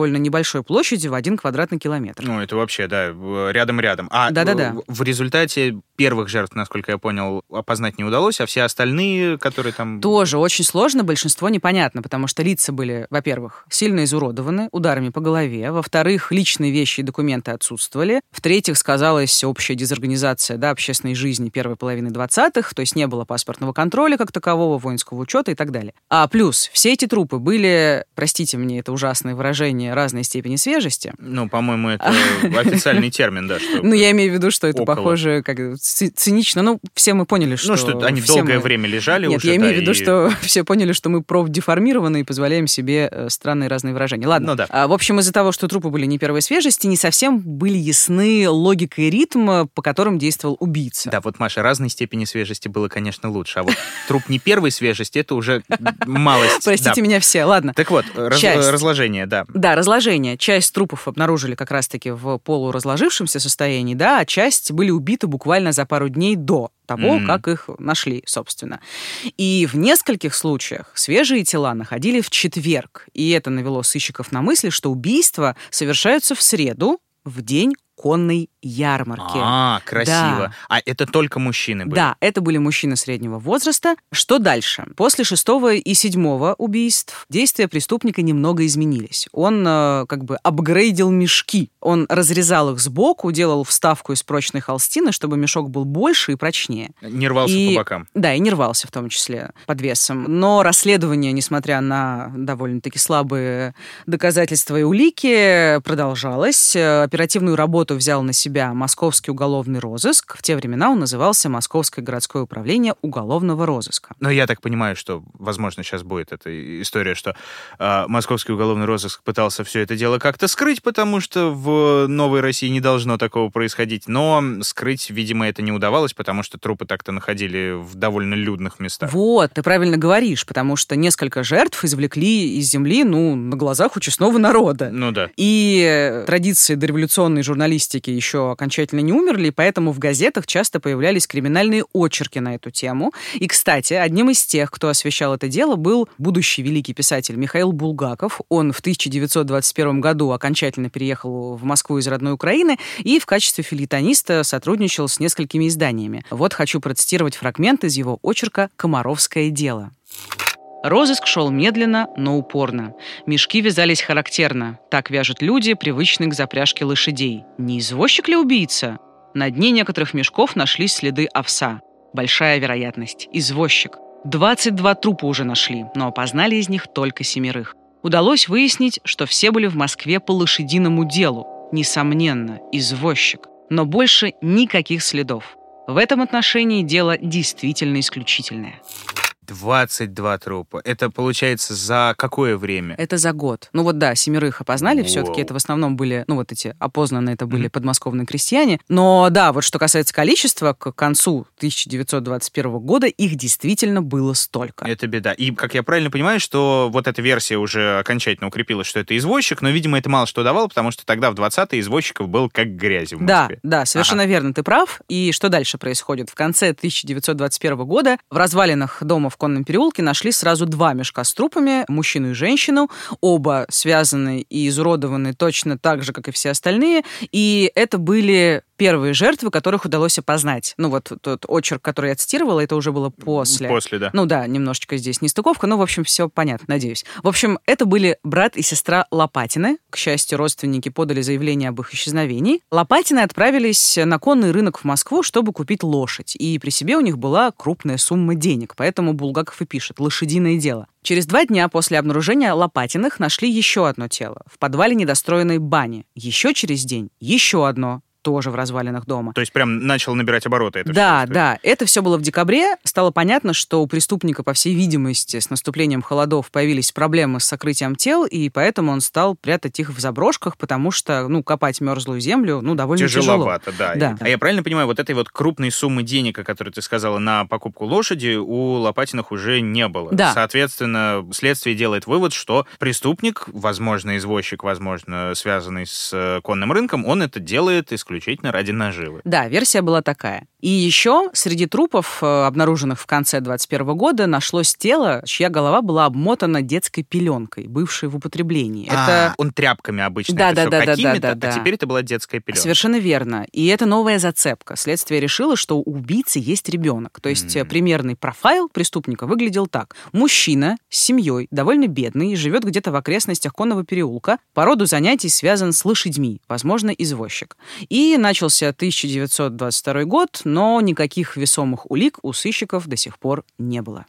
довольно небольшой площадью в 1 квадратный километр. Ну, это вообще, да, рядом-рядом. А да-да-да. В результате первых жертв, насколько я понял, опознать не удалось, а все остальные, которые там... Тоже очень сложно, большинство непонятно, потому что лица были, во-первых, сильно изуродованы ударами по голове, во-вторых, личные вещи и документы отсутствовали, в-третьих, сказалась общая дезорганизация, да, общественной жизни первой половины 20-х, то есть не было паспортного контроля как такового, воинского учета и так далее. А плюс все эти трупы были, простите мне это ужасное выражение, разной степени свежести. Ну, по-моему, это официальный термин, да. Ну, я имею в виду, что это похоже, как цинично. Ну, все мы поняли, что... Ну, что они долгое время лежали уже. Нет, я имею в виду, что все поняли, что мы профдеформированы и позволяем себе странные разные выражения. Ладно. Ну, да. В общем, из-за того, что трупы были не первой свежести, не совсем были ясны логика и ритм, по которым действовал убийца. Да, вот, Маша, разной степени свежести было, конечно, лучше. А вот труп не первой свежести, это уже малость. Простите меня все, ладно. Так вот, разложение, да. Да, разложение. Часть трупов обнаружили как раз-таки в полуразложившемся состоянии, да, а часть были убиты буквально за пару дней до того, как их нашли, собственно. И в нескольких случаях свежие тела находили в четверг. И это навело сыщиков на мысль, что убийства совершаются в среду, в день конной ярмарки. Красиво. Да. А это только мужчины были? Да, это были мужчины среднего возраста. Что дальше? После 6-го и 7-го убийств действия преступника немного изменились. Он как бы апгрейдил мешки. Он разрезал их сбоку, делал вставку из прочной холстины, чтобы мешок был больше и прочнее. Не рвался по бокам. Да, и не рвался в том числе под весом. Но расследование, несмотря на довольно-таки слабые доказательства и улики, продолжалось. Оперативную работу взял на себя Московский уголовный розыск. В те времена он назывался Московское городское управление уголовного розыска. Но я так понимаю, что, возможно, сейчас будет эта история, что Московский уголовный розыск пытался все это дело как-то скрыть, потому что в Новой России не должно такого происходить. Но скрыть, видимо, это не удавалось, потому что трупы так-то находили в довольно людных местах. Вот, ты правильно говоришь, потому что несколько жертв извлекли из земли, на глазах у честного народа. Ну да. И традиции дореволюционной журналистики еще окончательно не умерли, поэтому в газетах часто появлялись криминальные очерки на эту тему. И, кстати, одним из тех, кто освещал это дело, был будущий великий писатель Михаил Булгаков. Он в 1921 году окончательно переехал в Москву из родной Украины и в качестве фельетониста сотрудничал с несколькими изданиями. Вот хочу процитировать фрагмент из его очерка «Комаровское дело». Розыск шел медленно, но упорно. Мешки вязались характерно. Так вяжут люди, привычные к запряжке лошадей. Не извозчик ли убийца? На дне некоторых мешков нашлись следы овса. Большая вероятность. Извозчик. 22 трупа уже нашли, но опознали из них только 7. Удалось выяснить, что все были в Москве по лошадиному делу. Несомненно, извозчик. Но больше никаких следов. В этом отношении дело действительно исключительное. 22 трупа. Это, получается, за какое время? Это за год. 7 опознали все-таки. Это в основном были, эти опознанные, это были подмосковные крестьяне. Но да, вот что касается количества, к концу 1921 года их действительно было столько. Это беда. И, как я правильно понимаю, что вот эта версия уже окончательно укрепилась, что это извозчик, но, видимо, это мало что давало, потому что тогда в 20-е извозчиков был как грязи в Москве. Да, совершенно верно, ты прав. И что дальше происходит? В конце 1921 года в развалинах дома в Конном переулке нашли сразу 2 мешка с трупами, мужчину и женщину, оба связаны и изуродованы точно так же, как и все остальные, и это были первые жертвы, которых удалось опознать. Тот очерк, который я цитировала, это уже было после. После, да. Немножечко здесь нестыковка, но, в общем, все понятно, надеюсь. В общем, это были брат и сестра Лопатины. К счастью, родственники подали заявление об их исчезновении. Лопатины отправились на конный рынок в Москву, чтобы купить лошадь, и при себе у них была крупная сумма денег, поэтому Булгаков и пишет «Лошадиное дело». Через 2 дня после обнаружения Лопатиных нашли еще одно тело в подвале недостроенной бани. Еще через день еще одно. Тоже в развалинах дома. То есть прям начал набирать обороты это да, все? Да. Это все было в декабре. Стало понятно, что у преступника, по всей видимости, с наступлением холодов появились проблемы с сокрытием тел, и поэтому он стал прятать их в заброшках, потому что, копать мерзлую землю, довольно тяжеловато, тяжело. Да. А я правильно понимаю, вот этой вот крупной суммы денег, о которой ты сказала, на покупку лошади, у Лопатиных уже не было. Да. Соответственно, следствие делает вывод, что преступник, возможно, извозчик, возможно, связанный с конным рынком, он это делает исключительно исключительно ради наживы. Да, версия была такая. И еще среди трупов, обнаруженных в конце 2021 года, нашлось тело, чья голова была обмотана детской пеленкой, бывшей в употреблении. Он тряпками обычно да, это да, все какими-то, да. А теперь это была детская пеленка. Совершенно верно. И это новая зацепка. Следствие решило, что у убийцы есть ребенок. То есть примерный профайл преступника выглядел так. Мужчина с семьей, довольно бедный, живет где-то в окрестностях Конного переулка, по роду занятий связан с лошадьми, возможно, извозчик. И начался 1922 год, но никаких весомых улик у сыщиков до сих пор не было.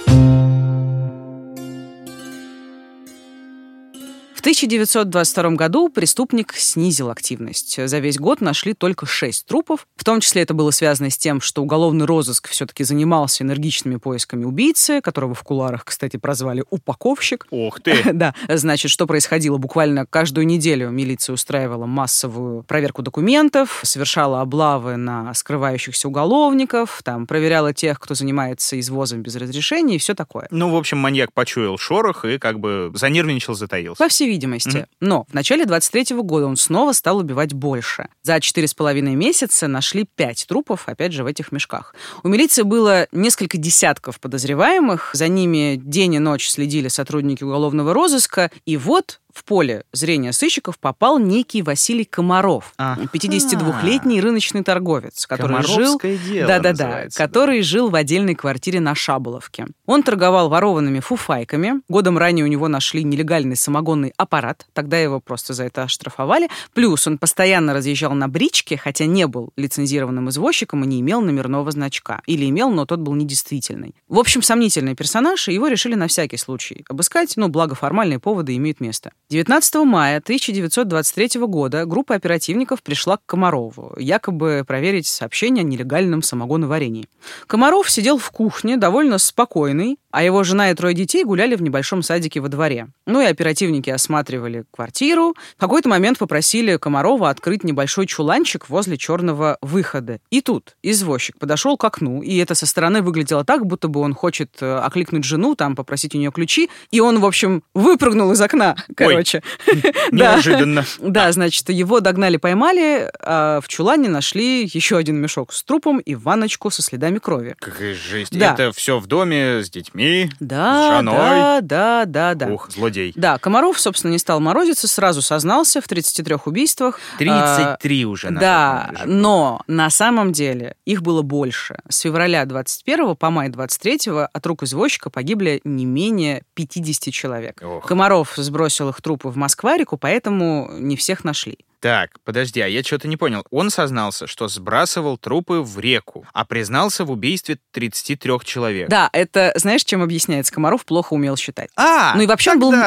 В 1922 году преступник снизил активность. За весь год нашли только 6 трупов. В том числе это было связано с тем, что уголовный розыск все-таки занимался энергичными поисками убийцы, которого в кулуарах, кстати, прозвали «упаковщик». Ух ты! Да, значит, что происходило? Буквально каждую неделю милиция устраивала массовую проверку документов, совершала облавы на скрывающихся уголовников, там, проверяла тех, кто занимается извозом без разрешения и все такое. Ну, в общем, маньяк почуял шорох и как бы занервничал, затаился. По всей видимости. Но в начале 23-го года он снова стал убивать больше. За 4,5 месяца нашли 5 трупов, опять же, в этих мешках. У милиции было несколько десятков подозреваемых. За ними день и ночь следили сотрудники уголовного розыска. И вот в поле зрения сыщиков попал некий Василий Комаров, 52-летний рыночный торговец, который жил, который жил в отдельной квартире на Шаболовке. Он торговал ворованными фуфайками. Годом ранее у него нашли нелегальный самогонный аппарат, тогда его просто за это оштрафовали. Плюс он постоянно разъезжал на бричке, хотя не был лицензированным извозчиком и не имел номерного значка. Или имел, но тот был недействительный. В общем, сомнительный персонаж, и его решили на всякий случай обыскать, благо формальные поводы имеют место. 19 мая 1923 года группа оперативников пришла к Комарову, якобы проверить сообщение о нелегальном самогоноварении. Комаров сидел в кухне, довольно спокойный, а его жена и 3 детей гуляли в небольшом садике во дворе. И оперативники осматривали квартиру. В какой-то момент попросили Комарова открыть небольшой чуланчик возле черного выхода. И тут извозчик подошел к окну, и это со стороны выглядело так, будто бы он хочет окликнуть жену, там попросить у нее ключи, и он, в общем, выпрыгнул из окна, короче. Неожиданно. Да, значит, его догнали, поймали, а в чулане нашли еще один мешок с трупом и ванночку со следами крови. Какая жесть. Это все в доме с детьми, с женой. Да. Ух, злодей. Да, Комаров, собственно, не стал морозиться, сразу сознался в 33 убийствах. 33 уже. Да, но на самом деле их было больше. С февраля 21 по май 23 от рук извозчика погибли не менее 50 человек. Ох. Комаров сбросил их трупы в Москва-реку, поэтому не всех нашли. Так, подожди, а я что-то не понял. Он сознался, что сбрасывал трупы в реку, а признался в убийстве 33 человек. Да, это, знаешь, чем объясняется? Комаров плохо умел считать. И вообще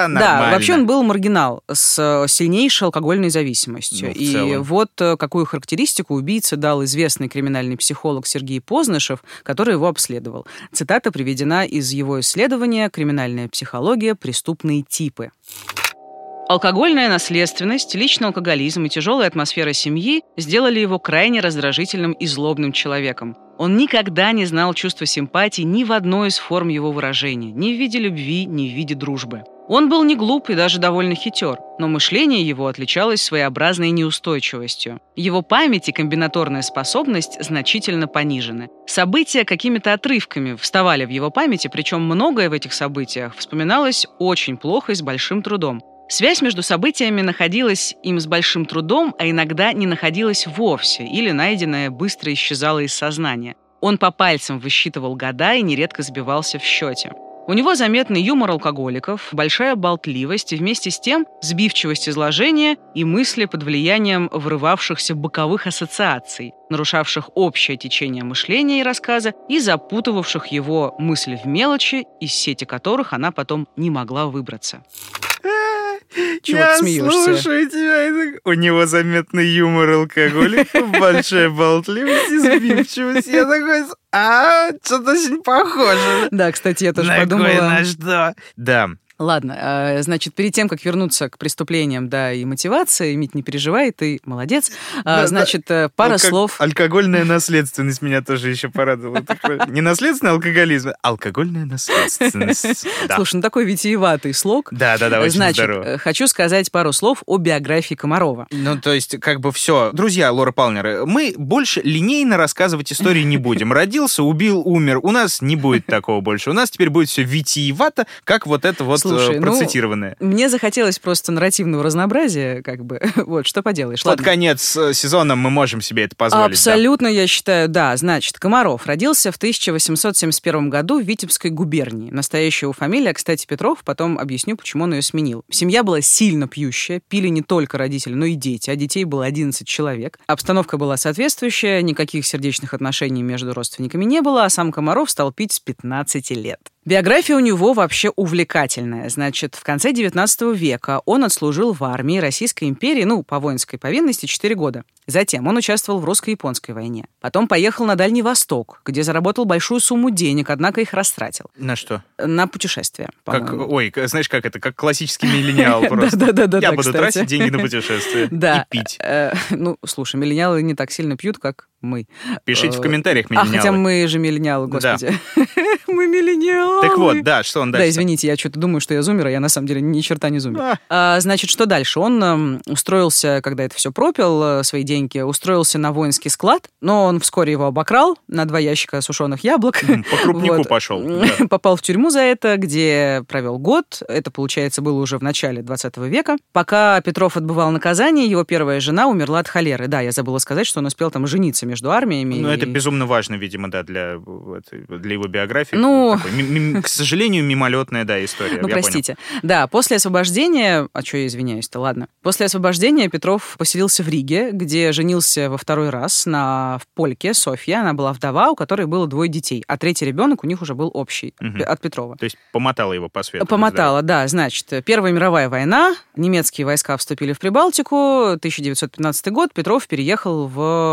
он был маргинал с сильнейшей алкогольной зависимостью. И вот какую характеристику убийце дал известный криминальный психолог Сергей Познышев, который его обследовал. Цитата приведена из его исследования «Криминальная психология. Преступные типы». Алкогольная наследственность, личный алкоголизм и тяжелая атмосфера семьи сделали его крайне раздражительным и злобным человеком. Он никогда не знал чувства симпатии ни в одной из форм его выражения, ни в виде любви, ни в виде дружбы. Он был не глуп и даже довольно хитер, но мышление его отличалось своеобразной неустойчивостью. Его память и комбинаторная способность значительно понижены. События какими-то отрывками вставали в его памяти, причем многое в этих событиях вспоминалось очень плохо и с большим трудом. Связь между событиями находилась им с большим трудом, а иногда не находилась вовсе, или найденная быстро исчезала из сознания. Он по пальцам высчитывал года и нередко сбивался в счете. У него заметный юмор алкоголиков, большая болтливость и вместе с тем сбивчивость изложения и мысли под влиянием врывавшихся боковых ассоциаций, нарушавших общее течение мышления и рассказа и запутывавших его мысли в мелочи, из сети которых она потом не могла выбраться. Чего ты смеешься? Слушаю тебя. У него заметный юмор алкоголиков, большая болтливость и сбивчивость. Я такой, что-то очень похоже. Да, кстати, я тоже подумала. На что? Да. Ладно, значит, перед тем, как вернуться к преступлениям, да, и мотивации, Мить, не переживай, ты молодец. Значит, пара слов... Алкогольная наследственность меня тоже еще порадовала. Не наследственный алкоголизм, а алкогольная наследственность. Слушай, такой витиеватый слог. Да, очень здорово. Значит, хочу сказать пару слов о биографии Комарова. То есть, все. Друзья Лора Палмер, мы больше линейно рассказывать истории не будем. Родился, убил, умер. У нас не будет такого больше. У нас теперь будет все витиевато, как вот это вот процитированное. Мне захотелось просто нарративного разнообразия, вот, что поделаешь. Под конец сезона мы можем себе это позволить. Абсолютно, я считаю, да. Значит, Комаров родился в 1871 году в Витебской губернии. Настоящая его фамилия, кстати, Петров, потом объясню, почему он ее сменил. Семья была сильно пьющая, пили не только родители, но и дети, а детей было 11 человек. Обстановка была соответствующая, никаких сердечных отношений между родственниками не было, а сам Комаров стал пить с 15 лет. Биография у него вообще увлекательная. Значит, в конце 19 века он отслужил в армии Российской империи, по воинской повинности, 4 года. Затем он участвовал в русско-японской войне. Потом поехал на Дальний Восток, где заработал большую сумму денег, однако их растратил. На что? На путешествия. Знаешь, как это? Как классический миллениал просто. Да. Я буду тратить деньги на путешествия и пить. Слушай, миллениалы не так сильно пьют, как мы. Пишите в комментариях, миллениалы. Хотя мы же миллениалы, господи. Мы миллениалы. Так вот, да, что он дальше? Да, извините, я что-то думаю, что я зумер, а я на самом деле ни черта не зумер. Значит, что дальше? Он устроился, когда это все пропил, свои деньги, устроился на воинский склад, но он вскоре его обокрал на 2 ящика сушеных яблок. По крупнику пошел. Попал в тюрьму за это, где провел год. Это, получается, было уже в начале 20 века. Пока Петров отбывал наказание, его первая жена умерла от холеры. Да, я забыла сказать, что он успел там жениться между армиями. Это безумно важно, видимо, да, для его биографии. К сожалению, мимолетная, да, история. Простите. Да, после освобождения... А что я извиняюсь-то, ладно. После освобождения Петров поселился в Риге, где женился во 2-й раз в польке Софья. Она была вдова, у которой было 2 детей. А 3-й ребенок у них уже был общий, от Петрова. То есть помотала его по свету. Помотала, да. Значит, Первая мировая война, немецкие войска вступили в Прибалтику, 1915 год, Петров переехал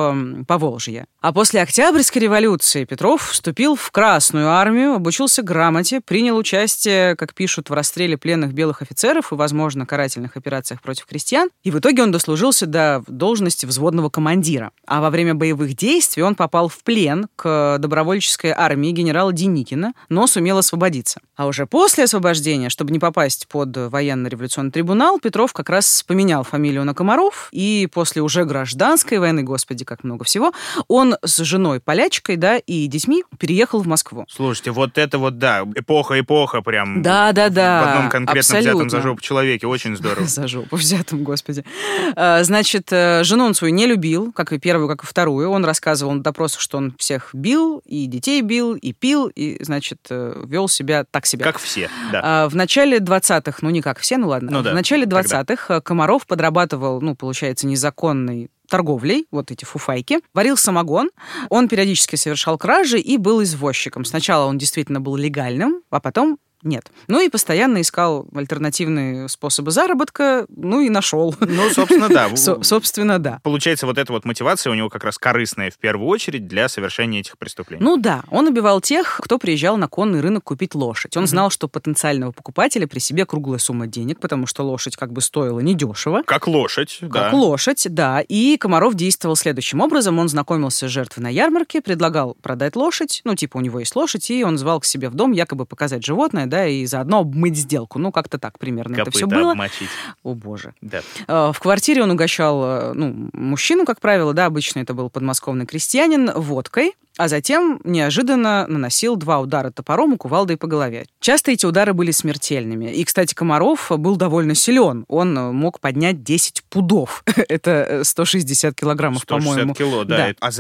в Поволжье. А после Октябрьской революции Петров вступил в Красную армию, обучился грамоте, принял участие, как пишут, в расстреле пленных белых офицеров и, возможно, карательных операциях против крестьян. И в итоге он дослужился до должности взводного командира. А во время боевых действий он попал в плен к добровольческой армии генерала Деникина, но сумел освободиться. А уже после освобождения, чтобы не попасть под военно-революционный трибунал, Петров как раз поменял фамилию на Комаров, и после уже гражданской войны, господи, как много всего, он с женой полячкой, да, и детьми переехал в Москву. Слушайте, вот это вот, да, эпоха прям. Да. В одном конкретно взятом за жопу человеке. Очень здорово. За жопу взятом, господи. Значит, жену он свою не любил, как и первую, как и вторую. Он рассказывал на допросах, что он всех бил, и детей бил, и пил, и, значит, вел себя так себе. Как все, да. В начале 20-х, не как все, ладно. Да, в начале 20-х Комаров подрабатывал, получается, незаконной торговлей, вот эти фуфайки, варил самогон, он периодически совершал кражи и был извозчиком. Сначала он действительно был легальным, а потом нет. И постоянно искал альтернативные способы заработка, и нашел. Собственно, да. Собственно, да. Получается, вот эта вот мотивация у него как раз корыстная в первую очередь для совершения этих преступлений. Да. Он убивал тех, кто приезжал на конный рынок купить лошадь. Он знал, что потенциального покупателя при себе круглая сумма денег, потому что лошадь стоила недешево. Как лошадь, да. Как лошадь, да. И Комаров действовал следующим образом. Он знакомился с жертвой на ярмарке, предлагал продать лошадь, у него есть лошадь, и он звал к себе в дом якобы показать животное, да, и заодно обмыть сделку. Как-то так примерно Копыта это все было. Обмочить. О, боже. Да. В квартире он угощал, мужчину, как правило, да, обычно это был подмосковный крестьянин, водкой, а затем неожиданно наносил 2 удара топором и кувалдой по голове. Часто эти удары были смертельными. И, кстати, Комаров был довольно силен. Он мог поднять 10 пудов. Это 160 килограммов, 160 по-моему. 160 кило, да. А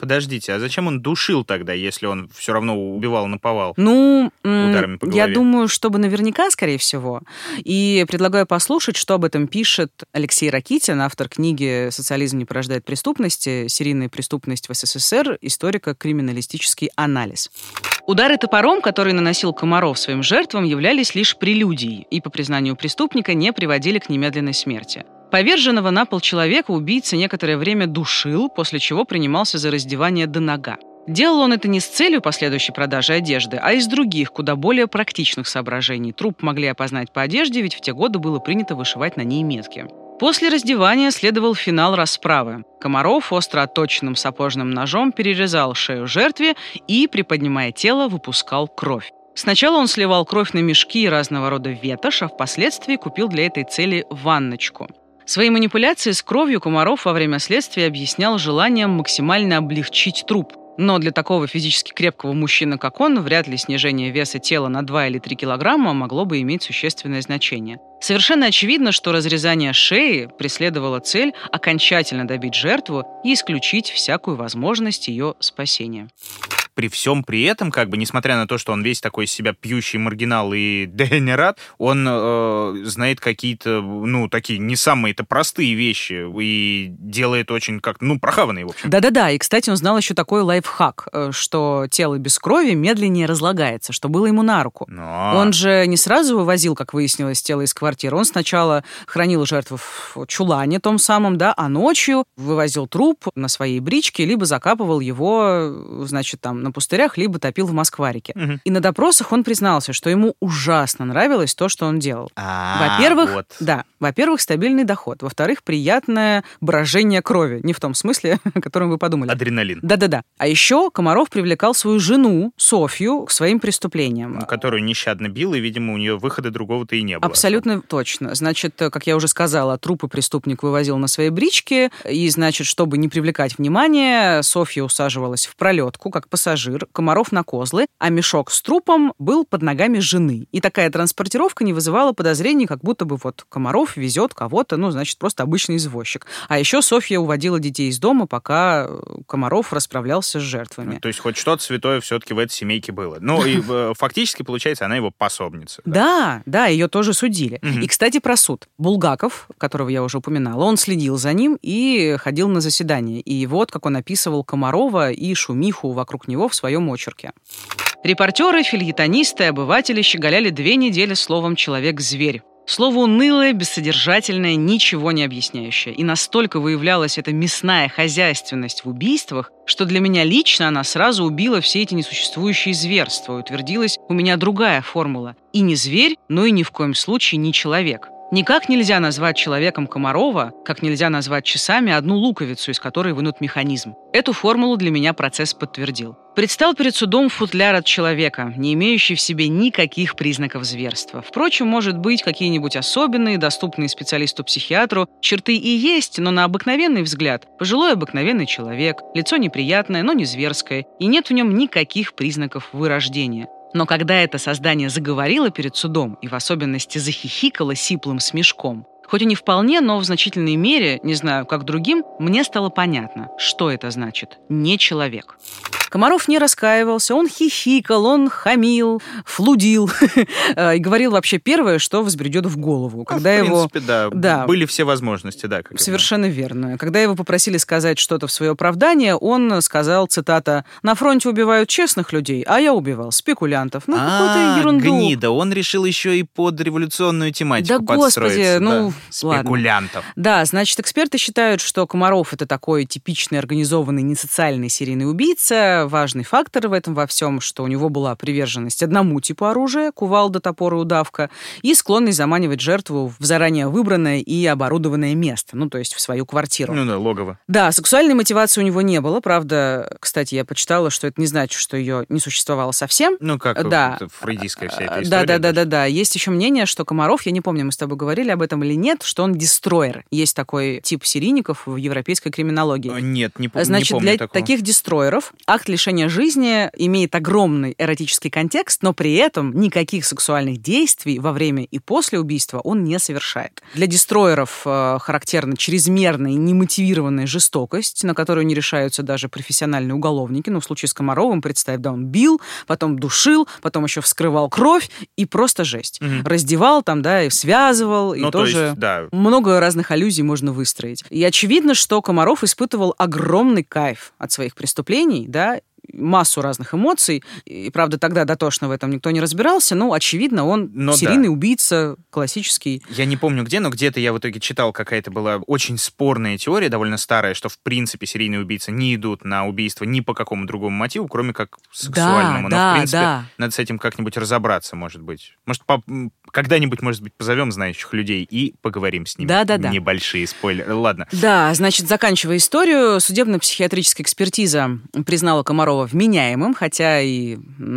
зачем он душил тогда, если он все равно убивал наповал ударами по голове? Я думаю, чтобы наверняка, скорее всего. И предлагаю послушать, что об этом пишет Алексей Ракитин, автор книги «Социализм не порождает преступности. Серийная преступность в СССР. Историко-криминалистический анализ». Удары топором, которые наносил Комаров своим жертвам, являлись лишь прелюдией и, по признанию преступника, не приводили к немедленной смерти. Поверженного на пол человека убийца некоторое время душил, после чего принимался за раздевание до нога. Делал он это не с целью последующей продажи одежды, а из других, куда более практичных соображений. Труп могли опознать по одежде, ведь в те годы было принято вышивать на ней метки. После раздевания следовал финал расправы. Комаров остро отточенным сапожным ножом перерезал шею жертве и, приподнимая тело, выпускал кровь. Сначала он сливал кровь на мешки и разного рода ветошь, а впоследствии купил для этой цели ванночку. Свои манипуляции с кровью Комаров во время следствия объяснял желанием максимально облегчить труп. Но для такого физически крепкого мужчины, как он, вряд ли снижение веса тела на 2 или 3 килограмма могло бы иметь существенное значение. Совершенно очевидно, что разрезание шеи преследовало цель окончательно добить жертву и исключить всякую возможность ее спасения. При всем при этом, несмотря на то, что он весь такой из себя пьющий маргинал и дегенерат, он знает какие-то, такие не самые-то простые вещи и делает очень прохаванные, в общем. Да-да-да, и, кстати, он знал еще такой лайфхак, что тело без крови медленнее разлагается, что было ему на руку. Он же не сразу вывозил, как выяснилось, тело из квартиры. Он сначала хранил жертву в чулане том самом, да, а ночью вывозил труп на своей бричке, либо закапывал его, на пустырях, либо топил в москварике. Угу. И на допросах он признался, что ему ужасно нравилось то, что он делал. Во-первых, стабильный доход. Во-вторых, приятное брожение крови. Не в том смысле, о котором вы подумали. Адреналин. Да-да-да. А еще Комаров привлекал свою жену, Софью, к своим преступлениям. Которую нещадно бил, и, видимо, у нее выхода другого-то и не было. Абсолютно точно. Значит, как я уже сказала, трупы преступник вывозил на своей бричке, и, значит, чтобы не привлекать внимание, Софья усаживалась в пролетку, как пассажир, Комаров на козлы, а мешок с трупом был под ногами жены. И такая транспортировка не вызывала подозрений, как будто бы Комаров везет кого-то, просто обычный извозчик. А еще Софья уводила детей из дома, пока Комаров расправлялся с жертвами. То есть хоть что-то святое все-таки в этой семейке было. И фактически, получается, она его пособница. Да, ее тоже судили. Угу. И, кстати, про суд. Булгаков, которого я уже упоминала, он следил за ним и ходил на заседание. И вот как он описывал Комарова и шумиху вокруг него в своем очерке. Репортеры, фельетонисты, обыватели щеголяли 2 недели словом «человек-зверь». Слово унылое, бессодержательное, ничего не объясняющее. И настолько выявлялась эта мясная хозяйственность в убийствах, что для меня лично она сразу убила все эти несуществующие зверства. Утвердилась у меня другая формула. И не зверь, но и ни в коем случае не человек. Никак нельзя назвать человеком Комарова, как нельзя назвать часами одну луковицу, из которой вынут механизм. Эту формулу для меня процесс подтвердил. Предстал перед судом футляр от человека, не имеющий в себе никаких признаков зверства. Впрочем, может быть, какие-нибудь особенные, доступные специалисту-психиатру, черты и есть, но на обыкновенный взгляд. Пожилой обыкновенный человек, лицо неприятное, но не зверское, и нет в нем никаких признаков вырождения. Но когда это создание заговорило перед судом и в особенности захихикало сиплым смешком, хоть и не вполне, но в значительной мере, не знаю, как другим, мне стало понятно, что это значит «не человек». Комаров не раскаивался, он хихикал, он хамил, флудил и говорил вообще первое, что взбредет в голову. Когда в принципе, да, были все возможности, да. Совершенно верно. Когда его попросили сказать что-то в свое оправдание, он сказал, цитата, «На фронте убивают честных людей, а я убивал спекулянтов». Какую-то ерунду. Гнида, он решил еще и под революционную тематику подстроиться. Господи, спекулянтов. Ладно. Да, значит, эксперты считают, что Комаров — это такой типичный организованный несоциальный серийный убийца. Важный фактор в этом во всем, что у него была приверженность одному типу оружия, кувалда, топор и удавка, и склонность заманивать жертву в заранее выбранное и оборудованное место, то есть в свою квартиру. Логово. Да, сексуальной мотивации у него не было, правда, кстати, я почитала, что это не значит, что ее не существовало совсем. Фрейдистская вся эта история. Да. Есть еще мнение, что Комаров, я не помню, мы с тобой говорили об этом или нет, что он дестройер. Есть такой тип серийников в европейской криминологии. Нет, не помню. Значит, для такого. Таких дестройеров акт лишения жизни имеет огромный эротический контекст, но при этом никаких сексуальных действий во время и после убийства он не совершает. Для дестройеров характерна чрезмерная и немотивированная жестокость, на которую не решаются даже профессиональные уголовники. В случае с Комаровым, представь, он бил, потом душил, потом еще вскрывал кровь и просто жесть. Угу. Раздевал и связывал, и тоже много разных аллюзий можно выстроить. И очевидно, что Комаров испытывал огромный кайф от своих преступлений, массу разных эмоций. И, правда, тогда дотошно в этом никто не разбирался. Но, очевидно, он серийный убийца, классический. Я не помню где, но где-то я в итоге читал, какая-то была очень спорная теория, довольно старая, что, в принципе, серийные убийцы не идут на убийство ни по какому другому мотиву, кроме как сексуальному. Но, в принципе, надо с этим как-нибудь разобраться, может быть. Может, когда-нибудь, может быть, позовем знающих людей и поговорим с ними. Да-да-да. Небольшие спойлеры. Ладно. Да, значит, заканчивая историю, судебно-психиатрическая экспертиза признала Комарова вменяемым, хотя и,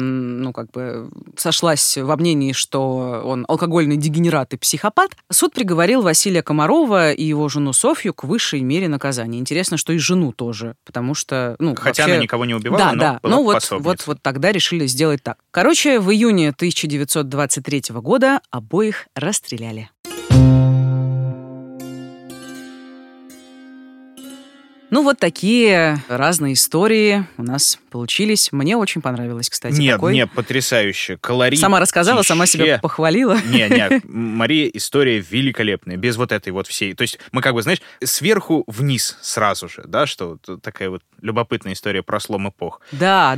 сошлась во мнении, что он алкогольный дегенерат и психопат. Суд приговорил Василия Комарова и его жену Софью к высшей мере наказания. Интересно, что и жену тоже, потому что, хотя она никого не убивала, но была пособницей. Вот тогда решили сделать так. Короче, в июне 1923 года обоих расстреляли. Вот такие разные истории у нас получились. Мне очень понравилось, кстати. Нет, потрясающе. Колорит. Сама рассказала, сама себя похвалила. Нет, Мария, история великолепная, без вот этой вот всей. То есть мы сверху вниз сразу же, да, что такая вот любопытная история про слом эпох. Да.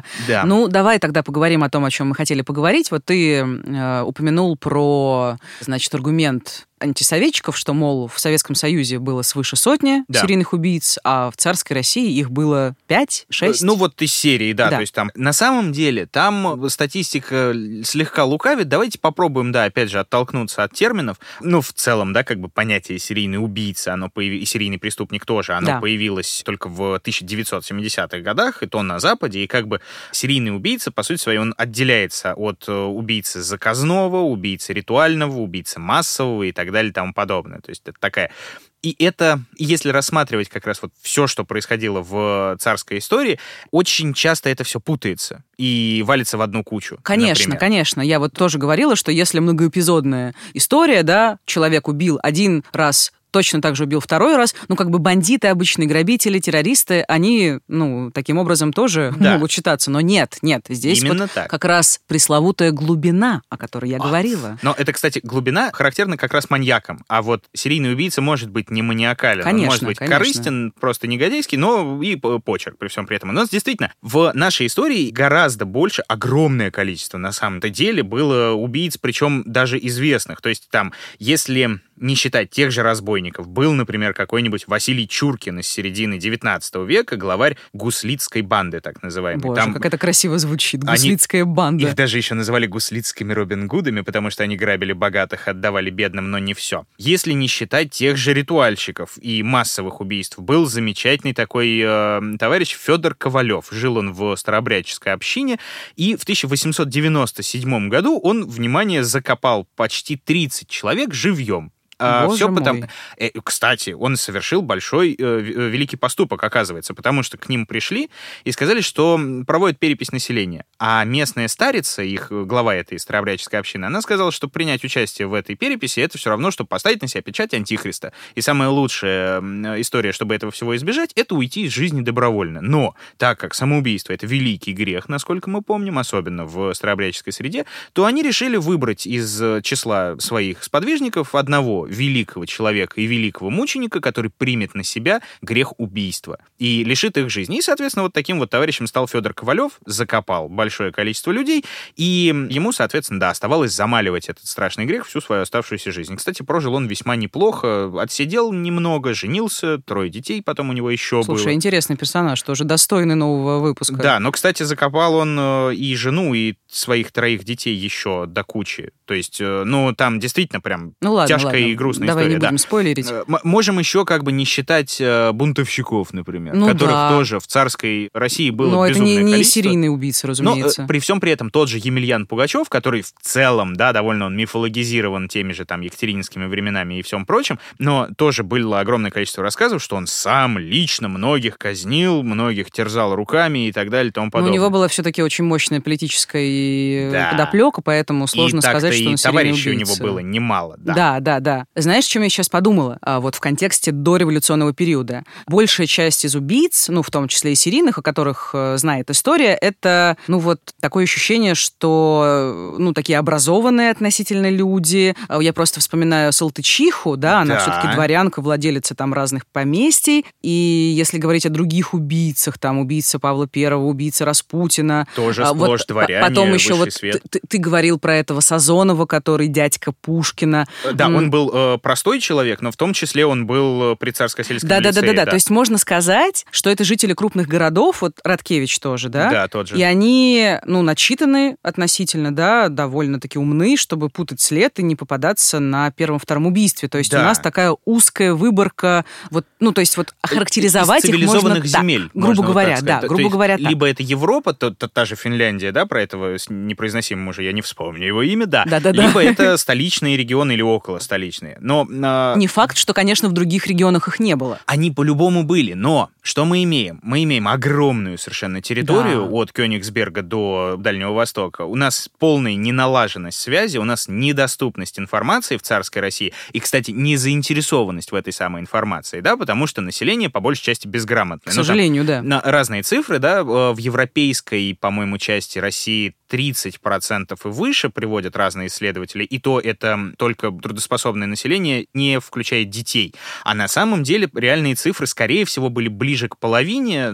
Давай тогда поговорим о том, о чем мы хотели поговорить. Вот ты упомянул про, аргумент антисоветчиков, что, мол, в Советском Союзе было свыше сотни серийных убийц, а в царской России их было 5-6. Из серии, да. То есть там, на самом деле, там статистика слегка лукавит. Давайте попробуем, опять же, оттолкнуться от терминов. В целом, понятие серийный убийца, и серийный преступник тоже, оно появилось только в 1970-х годах, и то на Западе, и серийный убийца, по сути своей, он отделяется от убийцы заказного, убийцы ритуального, убийцы массового и так далее и тому подобное. То есть это такая... И это, если рассматривать как раз вот все, что происходило в царской истории, очень часто это все путается и валится в одну кучу. Конечно. Я вот тоже говорила, что если многоэпизодная история, человек убил один раз, точно так же убил второй раз. Бандиты, обычные грабители, террористы, они, таким образом тоже могут считаться. Но нет, здесь именно вот так. Как раз пресловутая глубина, о которой я говорила. Но это, кстати, глубина характерна как раз маньякам. А вот серийный убийца может быть не маниакален. Он может быть корыстен, просто негодяйский, но и почерк при всем при этом. У нас действительно в нашей истории гораздо больше, огромное количество на самом-то деле было убийц, причем даже известных. То есть там, если не считать тех же разбойников, был, например, какой-нибудь Василий Чуркин из середины 19 века, главарь гуслицкой банды, так называемой. Боже, как это красиво звучит, гуслицкая банда. Их даже еще называли гуслицкими Робин Гудами, потому что они грабили богатых, отдавали бедным, но не все. Если не считать тех же ритуальщиков и массовых убийств, был замечательный такой товарищ Федор Ковалев. Жил он в старообрядческой общине, и в 1897 году он, внимание, закопал почти 30 человек живьем. Все потому... Кстати, он совершил большой, великий поступок, оказывается, потому что к ним пришли и сказали, что проводят перепись населения. А местная старица, их глава этой старообрядческой общины, она сказала, что принять участие в этой переписи — это все равно, что поставить на себя печать антихриста. И самая лучшая история, чтобы этого всего избежать, это уйти из жизни добровольно. Но так как самоубийство — это великий грех, насколько мы помним, особенно в старообрядческой среде, то они решили выбрать из числа своих сподвижников одного великого человека и великого мученика, который примет на себя грех убийства и лишит их жизни. И, соответственно, вот таким вот товарищем стал Федор Ковалев, закопал большое количество людей, и ему, соответственно, оставалось замаливать этот страшный грех всю свою оставшуюся жизнь. Кстати, прожил он весьма неплохо, отсидел немного, женился, 3 детей потом у него еще было. Слушай, интересный персонаж, тоже достойный нового выпуска. Да, но, кстати, закопал он и жену, и своих 3 детей еще до кучи. То есть, там действительно прям тяжкая и грустная Давай история. Не будем спойлерить. Можем еще не считать бунтовщиков, например, которых тоже в царской России было безумное количество. Но это не серийные убийцы, разумеется. Но при всем при этом тот же Емельян Пугачев, который в целом, довольно он мифологизирован теми же екатерининскими временами и всем прочим, но тоже было огромное количество рассказов, что он сам лично многих казнил, многих терзал руками и так далее и тому подобное. Но у него была все-таки очень мощная политическая подоплека, поэтому сложно сказать, что он серийный убийца. И товарищей у него было немало. Да. Да. Знаешь, о чем я сейчас подумала? Вот в контексте дореволюционного периода. Большая часть из убийц, в том числе и серийных, о которых знает история, это, вот такое ощущение, что, такие образованные относительно люди. Я просто вспоминаю Салтычиху, да, она все-таки дворянка, владелица там разных поместий. И если говорить о других убийцах, там, убийца Павла I, убийца Распутина. Тоже сплошь дворяне, потом еще высший свет. Ты говорил про этого Сазонова, который дядька Пушкина. Да, он был простой человек, но в том числе он был при царско-сельском лицее. Да. То есть можно сказать, что это жители крупных городов, вот Радкевич тоже, да? Да, тот же. И они, начитаны относительно, да, довольно-таки умны, чтобы путать след и не попадаться на первом-втором убийстве. То есть у нас такая узкая выборка, то есть охарактеризовать их можно цивилизованных земель, грубо говоря, так. Либо это Европа, та же Финляндия, да, про этого непроизносимого уже я не вспомню его имя, да. Либо это столичные регионы или около столичные. Но не факт, что, конечно, в других регионах их не было. Они по-любому были, но что мы имеем? Мы имеем огромную совершенно территорию от Кёнигсберга до Дальнего Востока. У нас полная неналаженность связи, у нас недоступность информации в царской России и, кстати, незаинтересованность в этой самой информации, да, потому что население по большей части безграмотное. К сожалению, да. Разные цифры, да, в европейской, по-моему, части России 30% и выше приводят разные исследователи, и то это только трудоспособное население, не включая детей. А на самом деле реальные цифры, скорее всего, были ближе к половине,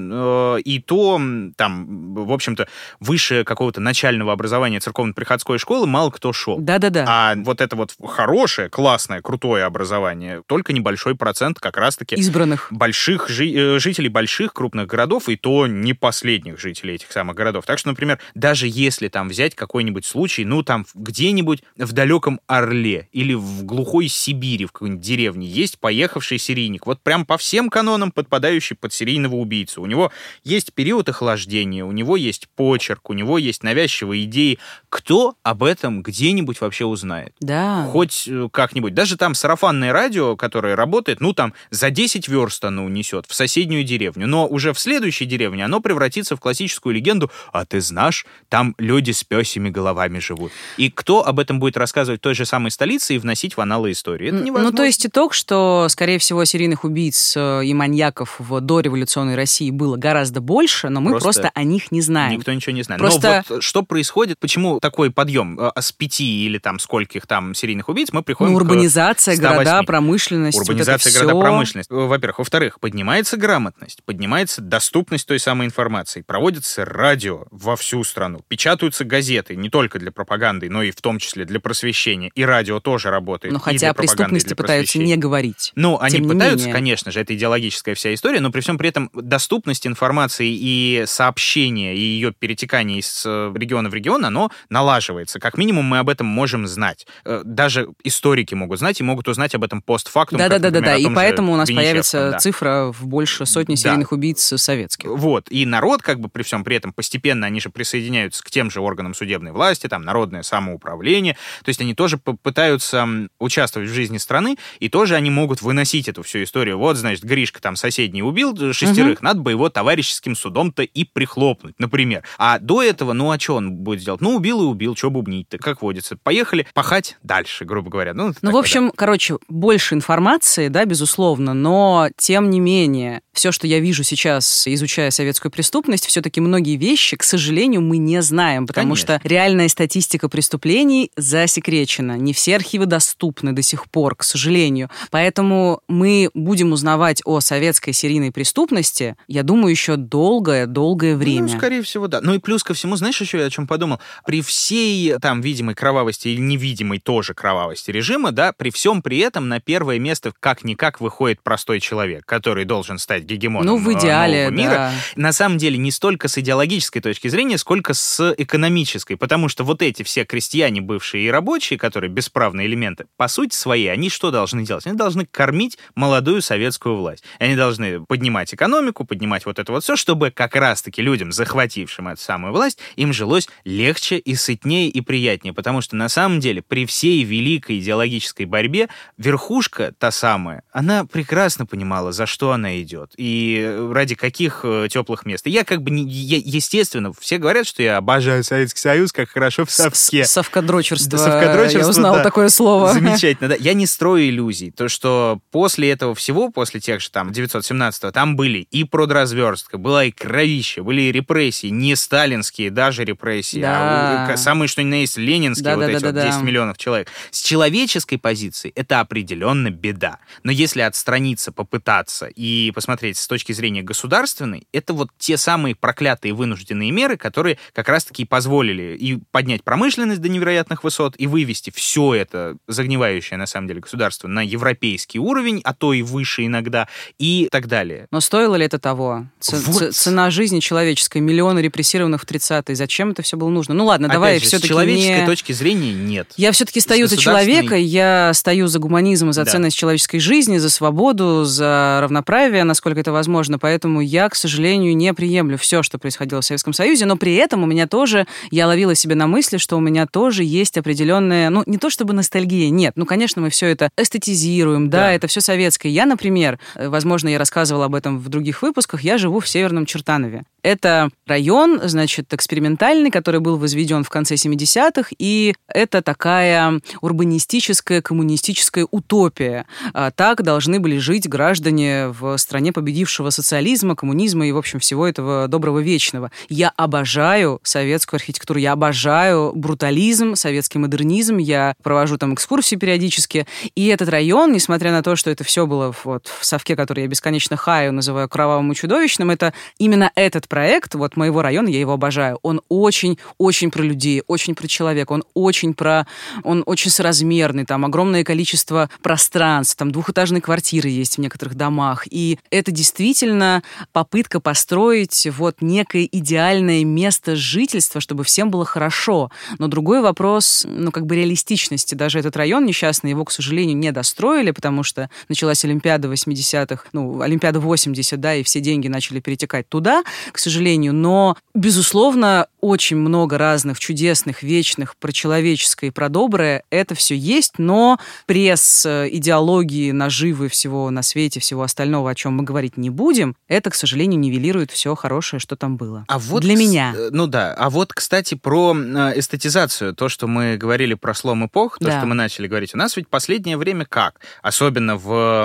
и то там, в общем-то, выше какого-то начального образования церковно-приходской школы мало кто шел. Да-да-да. А вот это вот хорошее, классное, крутое образование, только небольшой процент как раз-таки избранных больших жителей больших крупных городов, и то не последних жителей этих самых городов. Так что, например, даже если там взять какой-нибудь случай, там где-нибудь в далеком Орле или в глухой Сибири, в какой-нибудь деревне есть поехавший серийник, вот прям по всем канонам подпадающий под серийного убийцу. У него есть период охлаждения, у него есть почерк, у него есть навязчивые идеи. Кто об этом где-нибудь вообще узнает? Да. Хоть как-нибудь. Даже там сарафанное радио, которое работает, там за 10 верст оно унесет в соседнюю деревню. Но уже в следующей деревне оно превратится в классическую легенду. А ты знаешь, там люди с пёсьими головами живут. И кто об этом будет рассказывать в той же самой столице и вносить в аналы истории? Это невозможно. То есть итог, что, скорее всего, серийных убийц и маньяков в дореволюционной России было гораздо больше, но мы просто о них не знаем. Никто ничего не знает. Но вот что происходит, почему такой подъем с 5 или там скольких там серийных убийц мы приходим урбанизация, к 108. Города, промышленность. Урбанизация, вот города, промышленность. Во-первых. Во-вторых, поднимается грамотность, поднимается доступность той самой информации, проводится радио во всю страну, печатаются газеты, не только для пропаганды, но и в том числе для просвещения. И радио тоже работает. Но хотя о преступности пытаются не говорить. Они пытаются, конечно же, это идеологическая вся история, но при всем при этом доступность информации и сообщения, и ее перетекание из региона в регион, оно налаживается. Как минимум мы об этом можем знать. Даже историки могут знать и могут узнать об этом постфактум. Да. И поэтому у нас появится цифра в больше сотни серийных убийц советских. Вот. И народ, при всем при этом, постепенно они же присоединяются к тем же органам судебной власти, там, народное самоуправление. То есть они тоже пытаются участвовать в жизни страны, и тоже они могут выносить эту всю историю. Вот, значит, Гришка там соседний убил 6, надо бы его товарищеским судом-то и прихлопнуть, например. А до этого, а что он будет делать? Убил и убил, что бубнить-то, как водится. Поехали пахать дальше, грубо говоря. В общем, больше информации, да, безусловно, но, тем не менее, все, что я вижу сейчас, изучая советскую преступность, все-таки многие вещи, к сожалению, мы не знаем, потому что реальная статистика преступлений засекречена. Не все архивы доступны до сих пор, к сожалению. Поэтому мы будем узнавать о советской серийной преступности, я думаю, еще долгое время. Скорее всего, да. И плюс ко всему, знаешь, еще я о чем подумал? При всей там видимой кровавости или невидимой тоже кровавости режима, да, при всем при этом на первое место как-никак выходит простой человек, который должен стать гегемоном в идеале, нового мира. Да. На самом деле не столько с идеологической точки зрения, сколько с экономической, потому что вот эти все крестьяне, бывшие и рабочие, которые бесправные элементы, по сути своей, они что должны делать? Они должны кормить молодую советскую власть. Они должны поднимать поднимать экономику, поднимать вот это вот все, чтобы как раз-таки людям, захватившим эту самую власть, им жилось легче и сытнее и приятнее, потому что на самом деле при всей великой идеологической борьбе верхушка, та самая, она прекрасно понимала, за что она идет и ради каких теплых мест. И я естественно, все говорят, что я обожаю Советский Союз, как хорошо в совке. Совкадрочерство. Совкадрочерство, я узнала такое слово. Замечательно, да. Я не строю иллюзий. То, что после этого всего, после тех же там 917-го, там были и продразверстка, была и кровища, были и репрессии, не сталинские даже репрессии, а самые что ни на есть ленинские, 10 миллионов человек. С человеческой позиции это определенно беда. Но если отстраниться, попытаться и посмотреть с точки зрения государственной, это вот те самые проклятые вынужденные меры, которые как раз-таки позволили и поднять промышленность до невероятных высот, и вывести все это загнивающее, на самом деле, государство на европейский уровень, а то и выше иногда, и так далее. Но стоило ли это того? Цена жизни человеческой, миллионы репрессированных в 30-е. Зачем это все было нужно? Ну ладно, давай опять же, все-таки с человеческой точки зрения нет. Я все-таки стою за человека, я стою за гуманизм, за ценность человеческой жизни, за свободу, за равноправие, насколько это возможно. Поэтому я, к сожалению, не приемлю все, что происходило в Советском Союзе, но при этом у меня тоже, я ловила себя на мысли, что у меня тоже есть определенная, ну, не то чтобы ностальгия, нет, ну, конечно, мы все это эстетизируем, да, это все советское. Я, например, возможно, я рассказывала об этом в других выпусках, я живу в Северном Чертанове. Это район, значит, экспериментальный, который был возведен в конце 70-х, и это такая урбанистическая, коммунистическая утопия. Так должны были жить граждане в стране победившего социализма, коммунизма и, в общем, всего этого доброго вечного. Я обожаю советскую архитектуру, я обожаю брутализм, советский модернизм, я провожу там экскурсии периодически, и этот район, несмотря на то, что это все было вот в совке, который я бесконечно хаю, называю кровавым и чудовищным, это именно этот проект, вот моего района, я его обожаю, он очень-очень про людей, очень про человека, он очень соразмерный, там огромное количество пространств, там двухэтажные квартиры есть в некоторых домах, и это действительно попытка построить вот некое идеальное место жительства, чтобы всем было хорошо. Но другой вопрос, ну, как бы реалистичности. Даже этот район несчастный, его, к сожалению, не достроили, потому что началась Олимпиада 80-х, ну, Олимпиада 80, да, и все деньги начали перетекать туда, к сожалению. Но, безусловно, очень много разных чудесных, вечных, про человеческое и про доброе. Это все есть, но пресс, идеологии, наживы всего на свете, всего остального, о чем мы говорить не будем, это, к сожалению, нивелирует все хорошее, что там было. А вот, для меня. Ну да. А вот, кстати, про эстетизацию. То, что мы говорили про слом эпох, то, что мы начали говорить. У нас ведь последнее время как? Особенно в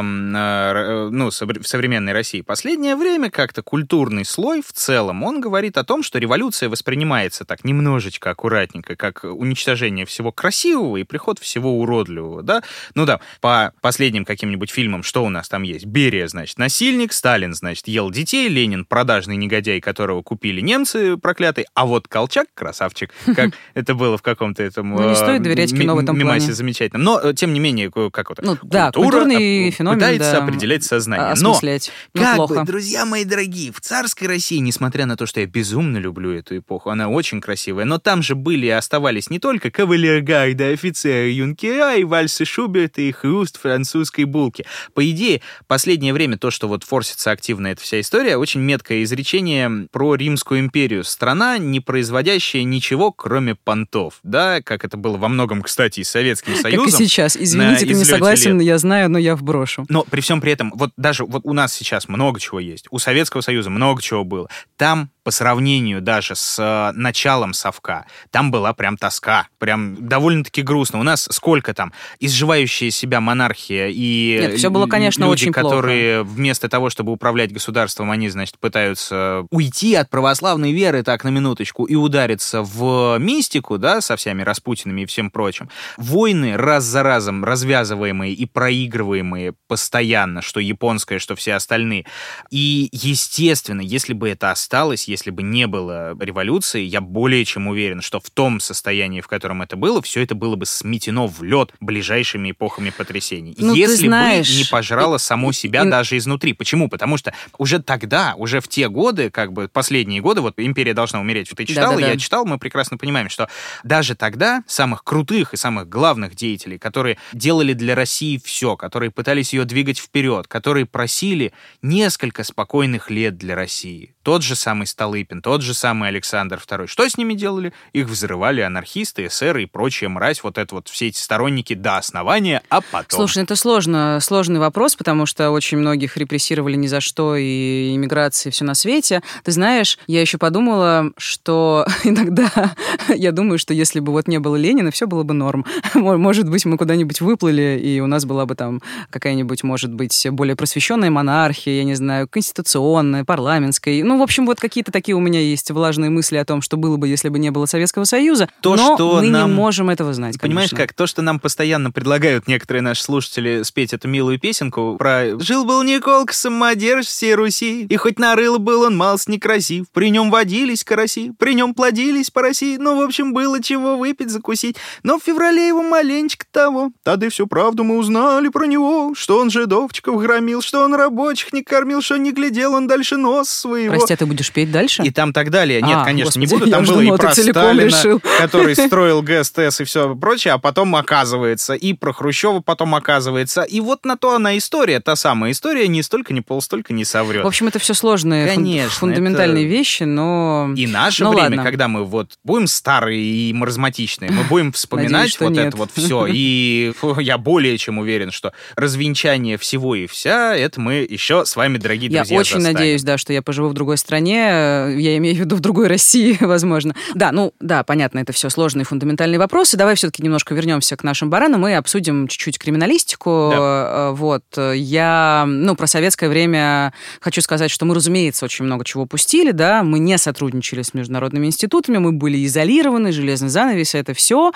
современной России. Последнее время как-то культурный слой в целом, он говорит о том, что революция воспринимается так немножечко аккуратненько, как уничтожение всего красивого и приход всего уродливого, да? Ну да, по последним каким-нибудь фильмам, что у нас там есть? Берия, значит, насильник, Сталин, значит, ел детей, Ленин продажный негодяй, которого купили немцы проклятые, а вот Колчак красавчик, как это было в каком-то этом не стоит доверять кино в этом мемасе плане. замечательном. Но, тем не менее, как это? Ну, да, культурный феномен, пытается определять сознание. Осмыслять. Но, как бы, друзья мои дорогие, в царской России, несмотря на то, что я безумно люблю эту эпоху, она очень красивая, но там же были и оставались не только кавалергарды, офицеры, юнкера и вальсы Шуберта и хруст французской булки. По идее, последнее время то, что вот форсится активно эта вся история, очень меткое изречение про Римскую империю. Страна, не производящая ничего, кроме понтов. Да, как это было во многом, кстати, и с Советским Союзом. Как и сейчас. Извините, ты не согласен, я знаю, но я вброшу. Но при всем при этом, вот даже вот у нас сейчас много чего есть. У Советского Союза много чего было. Там, по сравнению даже с началом совка, там была прям тоска. Прям довольно-таки грустно. У нас сколько там? Изживающая себя монархия и нет, все было, конечно, люди, очень которые плохо. Вместо того, чтобы управлять государством, они, значит, пытаются уйти от православной веры, так, на минуточку, и удариться в мистику, да, со всеми Распутинами и всем прочим. Войны раз за разом развязываемые и проигрываемые постоянно, что японская, что все остальные. И, естественно, если бы это осталось, если бы не было революции, я более чем уверен, что в том состоянии, в котором это было, все это было бы сметено в лед ближайшими эпохами потрясений. Если бы не пожрало само себя даже изнутри. Почему? Потому что уже тогда, уже в те годы, как бы последние годы, вот «Империя должна умереть», ты читал, я читал, мы прекрасно понимаем, что даже тогда самых крутых и самых главных деятелей, которые делали для России все, которые пытались ее двигать вперед, которые просили несколько спокойных лет для России. Тот же самый Столыпин, тот же самый Александр II. Что с ними делали? Их взрывали анархисты, эсеры и прочая мразь, вот это вот все эти сторонники до основания, а потом... Слушай, это сложный вопрос, потому что очень многих репрессировали ни за что, и иммиграции, все на свете. Ты знаешь, я еще подумала, что иногда я думаю, что если бы вот не было Ленина, все было бы норм. Может быть, мы куда-нибудь выплыли, и у нас была бы там какая-нибудь, может быть, более просвещенная монархия, я не знаю, конституционная, парламентская. Ну, в общем, вот какие-то такие у меня есть влажные мысли о том, что было бы, если бы не было Советского Союза, но мы не можем этого знать, понимаешь, конечно. как то, что нам постоянно предлагают некоторые наши слушатели спеть эту милую песенку про «Жил-был Николка, самодержец всей Руси, и хоть нарыло был он малость некрасив, при нем водились караси, при нем плодились по России, ну, в общем, было чего выпить, закусить, но в феврале его маленечко того, тогда всю правду мы узнали про него, что он жидовчиков громил, что он рабочих не кормил, что не глядел он дальше нос своего». Прости, а ты будешь петь дальше? И там так далее. Нет, конечно, Господи, не буду. Там было думала, и про Сталина, который строил ГСТС и все прочее, а потом оказывается, и про Хрущева потом оказывается. И вот на то она история, та самая история, ни столько, ни полстолько не соврет. В общем, это все сложные, фундаментальные вещи, но... И наше время, когда мы вот будем старые и маразматичные, мы будем вспоминать вот это вот все. И я более чем уверен, что развенчание всего и вся, это мы еще с вами, дорогие друзья, Я очень надеюсь, да, что я поживу в другой стране, я имею в виду в другой России, возможно. Да, понятно, это все сложные фундаментальные вопросы. Давай все-таки немножко вернемся к нашим баранам и обсудим чуть-чуть криминалистику. Да. Вот, я, про советское время хочу сказать, что мы, разумеется, очень много чего упустили, да, мы не сотрудничали с международными институтами, мы были изолированы, железный занавес, это все,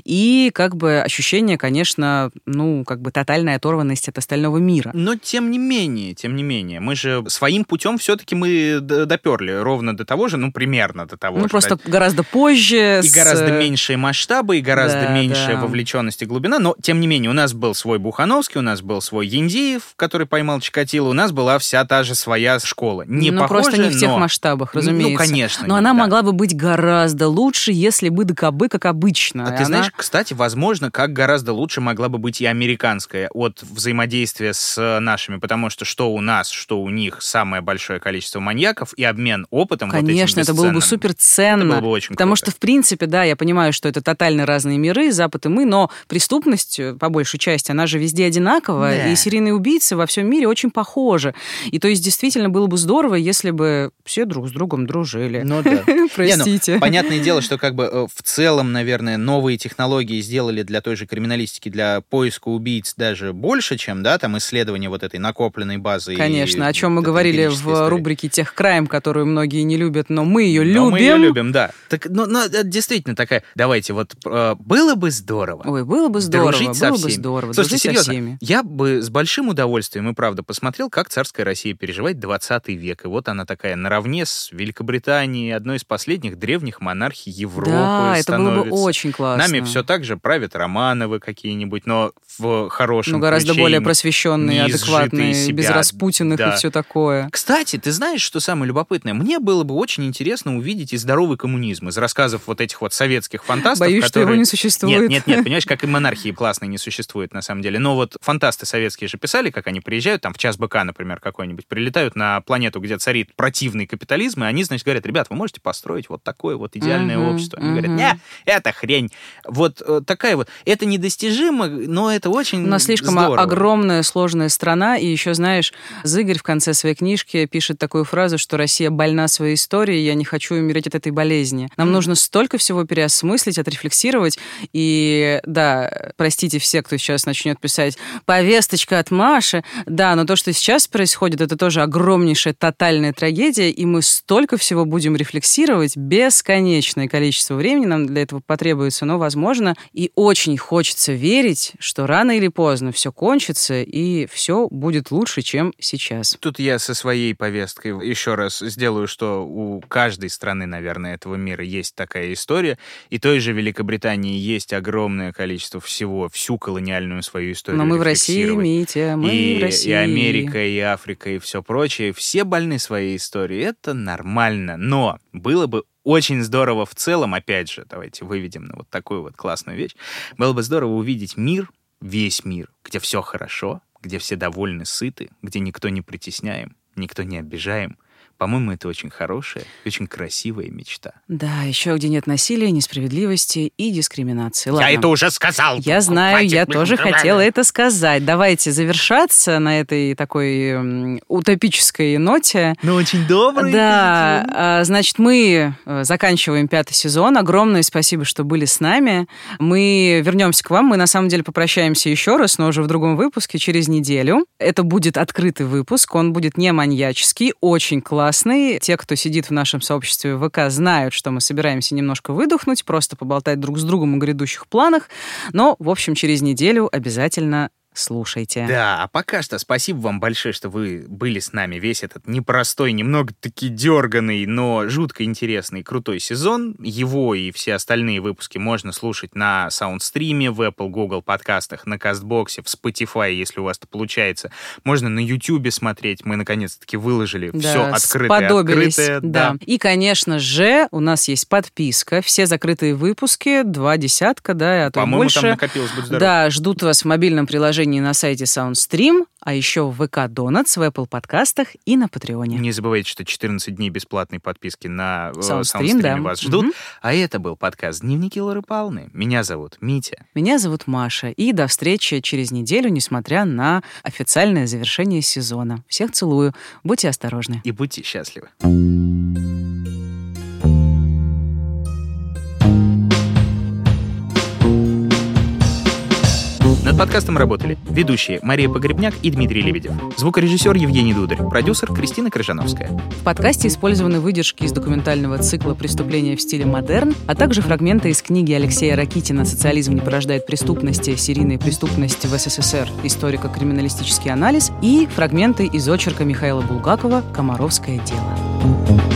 и как бы ощущение, конечно, тотальная оторванность от остального мира. Но тем не менее, мы же своим путем все-таки мы доперли ровно до того же, примерно до того же. Просто гораздо позже. И гораздо меньшие масштабы, и гораздо меньшая вовлеченность и глубина, но тем не менее у нас был свой Бухановский, у нас был свой Яндиев, который поймал Чикатило, у нас была вся та же своя школа. Не похожая, просто не в тех масштабах, разумеется. Конечно. Но она могла бы быть гораздо лучше, если бы ДКБ как обычно. А ты знаешь, кстати, возможно, как гораздо лучше могла бы быть и американская от взаимодействия с нашими, потому что у нас, что у них самое большое количество маньяков и обмен опытом. Конечно, это было бы суперценно. Это было бы очень потому круто. что, в принципе, да, я понимаю, что это тотально разные миры, Запад и мы, но преступность, по большей части, она же везде одинаковая, да. И серийные убийцы во всем мире очень похожи. И то есть, действительно, было бы здорово, если бы все друг с другом дружили. Ну да. Простите. Понятное дело, что как бы в целом, наверное, новые технологии сделали для той же криминалистики, для поиска убийц даже больше, чем, да, там исследование вот этой накопленной базы. Конечно, о чем мы говорили в рубрике «Техкрайм», которую многие не любят, но мы ее любим. Мы ее любим, да. Так, это действительно такая, давайте, вот было бы здорово. Ой, было бы здорово, дружить было бы здорово. Слушайте, серьезно, со всеми. Я бы с большим удовольствием и правда посмотрел, как царская Россия переживает 20 век. И вот она такая наравне с Великобританией, одной из последних древних монархий Европы. Да, это становится. было бы очень классно. Нами все так же правят Романовы какие-нибудь, но в хорошем гораздо более просвещенные, адекватные, без Распутиных и все такое. Кстати, ты знаешь, что самое любопытное? Мне было бы очень интересно увидеть и здоровый коммунизм из рассказов вот этих вот советских фантастов. Боюсь, что его не существует. Нет, понимаешь, как и монархии классные не существует на самом деле. Но вот фантасты советские же писали, как они приезжают, там в час быка, например, какой-нибудь, прилетают на планету, где царит противный капитализм, и они, значит, говорят: ребят, вы можете построить вот такое вот идеальное общество. Они говорят: не, это хрень. Вот такая вот. Это недостижимо, но это очень У нас слишком огромная, сложная страна, и еще, знаешь, Зыгорь в конце своей книжки пишет такую фразу, что Россия больна своей историей, я не хочу умереть от этой болезни. Нам нужно столько всего переосмыслить, отрефлексировать, и да, простите все, кто сейчас начнет писать «повесточка от Маши», да, но то, что сейчас происходит, это тоже огромнейшая тотальная трагедия, и мы столько всего будем рефлексировать, бесконечное количество времени нам для этого потребуется, но возможно, и очень хочется верить, что рано или поздно все кончится, и все будет лучше, чем сейчас. Тут я со своей повесткой еще раз сделаю что у каждой страны, наверное, этого мира есть такая история. И той же Великобритании есть огромное количество всего, всю колониальную свою историю. Но мы в России, Митя, мы в России. И Америка, и Африка, и все прочее. Все больны своей историей. Это нормально. Но было бы очень здорово в целом, опять же, давайте выведем на вот такую вот классную вещь. Было бы здорово увидеть мир, весь мир, где все хорошо, где все довольны, сыты, где никто не притесняем, никто не обижаем. По-моему, это очень хорошая, очень красивая мечта. Да, еще где нет насилия, несправедливости и дискриминации. Ладно. Я это уже сказал. Я знаю, я тоже хотела это сказать. Давайте завершаться на этой такой утопической ноте. Ну, очень добрый. Да, значит, мы заканчиваем 5-й сезон. Огромное спасибо, что были с нами. Мы вернемся к вам. Мы, на самом деле, попрощаемся еще раз, но уже в другом выпуске, через неделю. Это будет открытый выпуск, он будет не маньяческий, очень классный. Те, кто сидит в нашем сообществе ВК, знают, что мы собираемся немножко выдохнуть, просто поболтать друг с другом о грядущих планах. Но, в общем, через неделю обязательно слушайте. Да, а пока что спасибо вам большое, что вы были с нами весь этот непростой, немного-таки дерганый, но жутко интересный, крутой сезон. Его и все остальные выпуски можно слушать на Саундстриме, в Apple, Google подкастах, на Кастбоксе, в Spotify, если у вас это получается. Можно на YouTube смотреть. Мы, наконец-таки, выложили все открытое. Да. И, конечно же, у нас есть подписка. Все закрытые выпуски, 20, да, а то по-моему, больше. Там накопилось, будь здоров. Да, ждут вас в мобильном приложении на сайте Soundstream, а еще в ВК Donuts, в Apple подкастах и на Патреоне. Не забывайте, что 14 дней бесплатной подписки на Soundstream, да. вас ждут. А это был подкаст «Дневники Лоры Павловны». Меня зовут Митя. Меня зовут Маша. И до встречи через неделю, несмотря на официальное завершение сезона. Всех целую. Будьте осторожны. И будьте счастливы. Над подкастом работали ведущие Мария Погребняк и Дмитрий Лебедев, звукорежиссер Евгений Дударь, продюсер Кристина Крыжановская. В подкасте использованы выдержки из документального цикла «Преступления в стиле модерн», а также фрагменты из книги Алексея Ракитина «Социализм не порождает преступности. Серийная преступность в СССР. Историко-криминалистический анализ» и фрагменты из очерка Михаила Булгакова «Комаровское дело».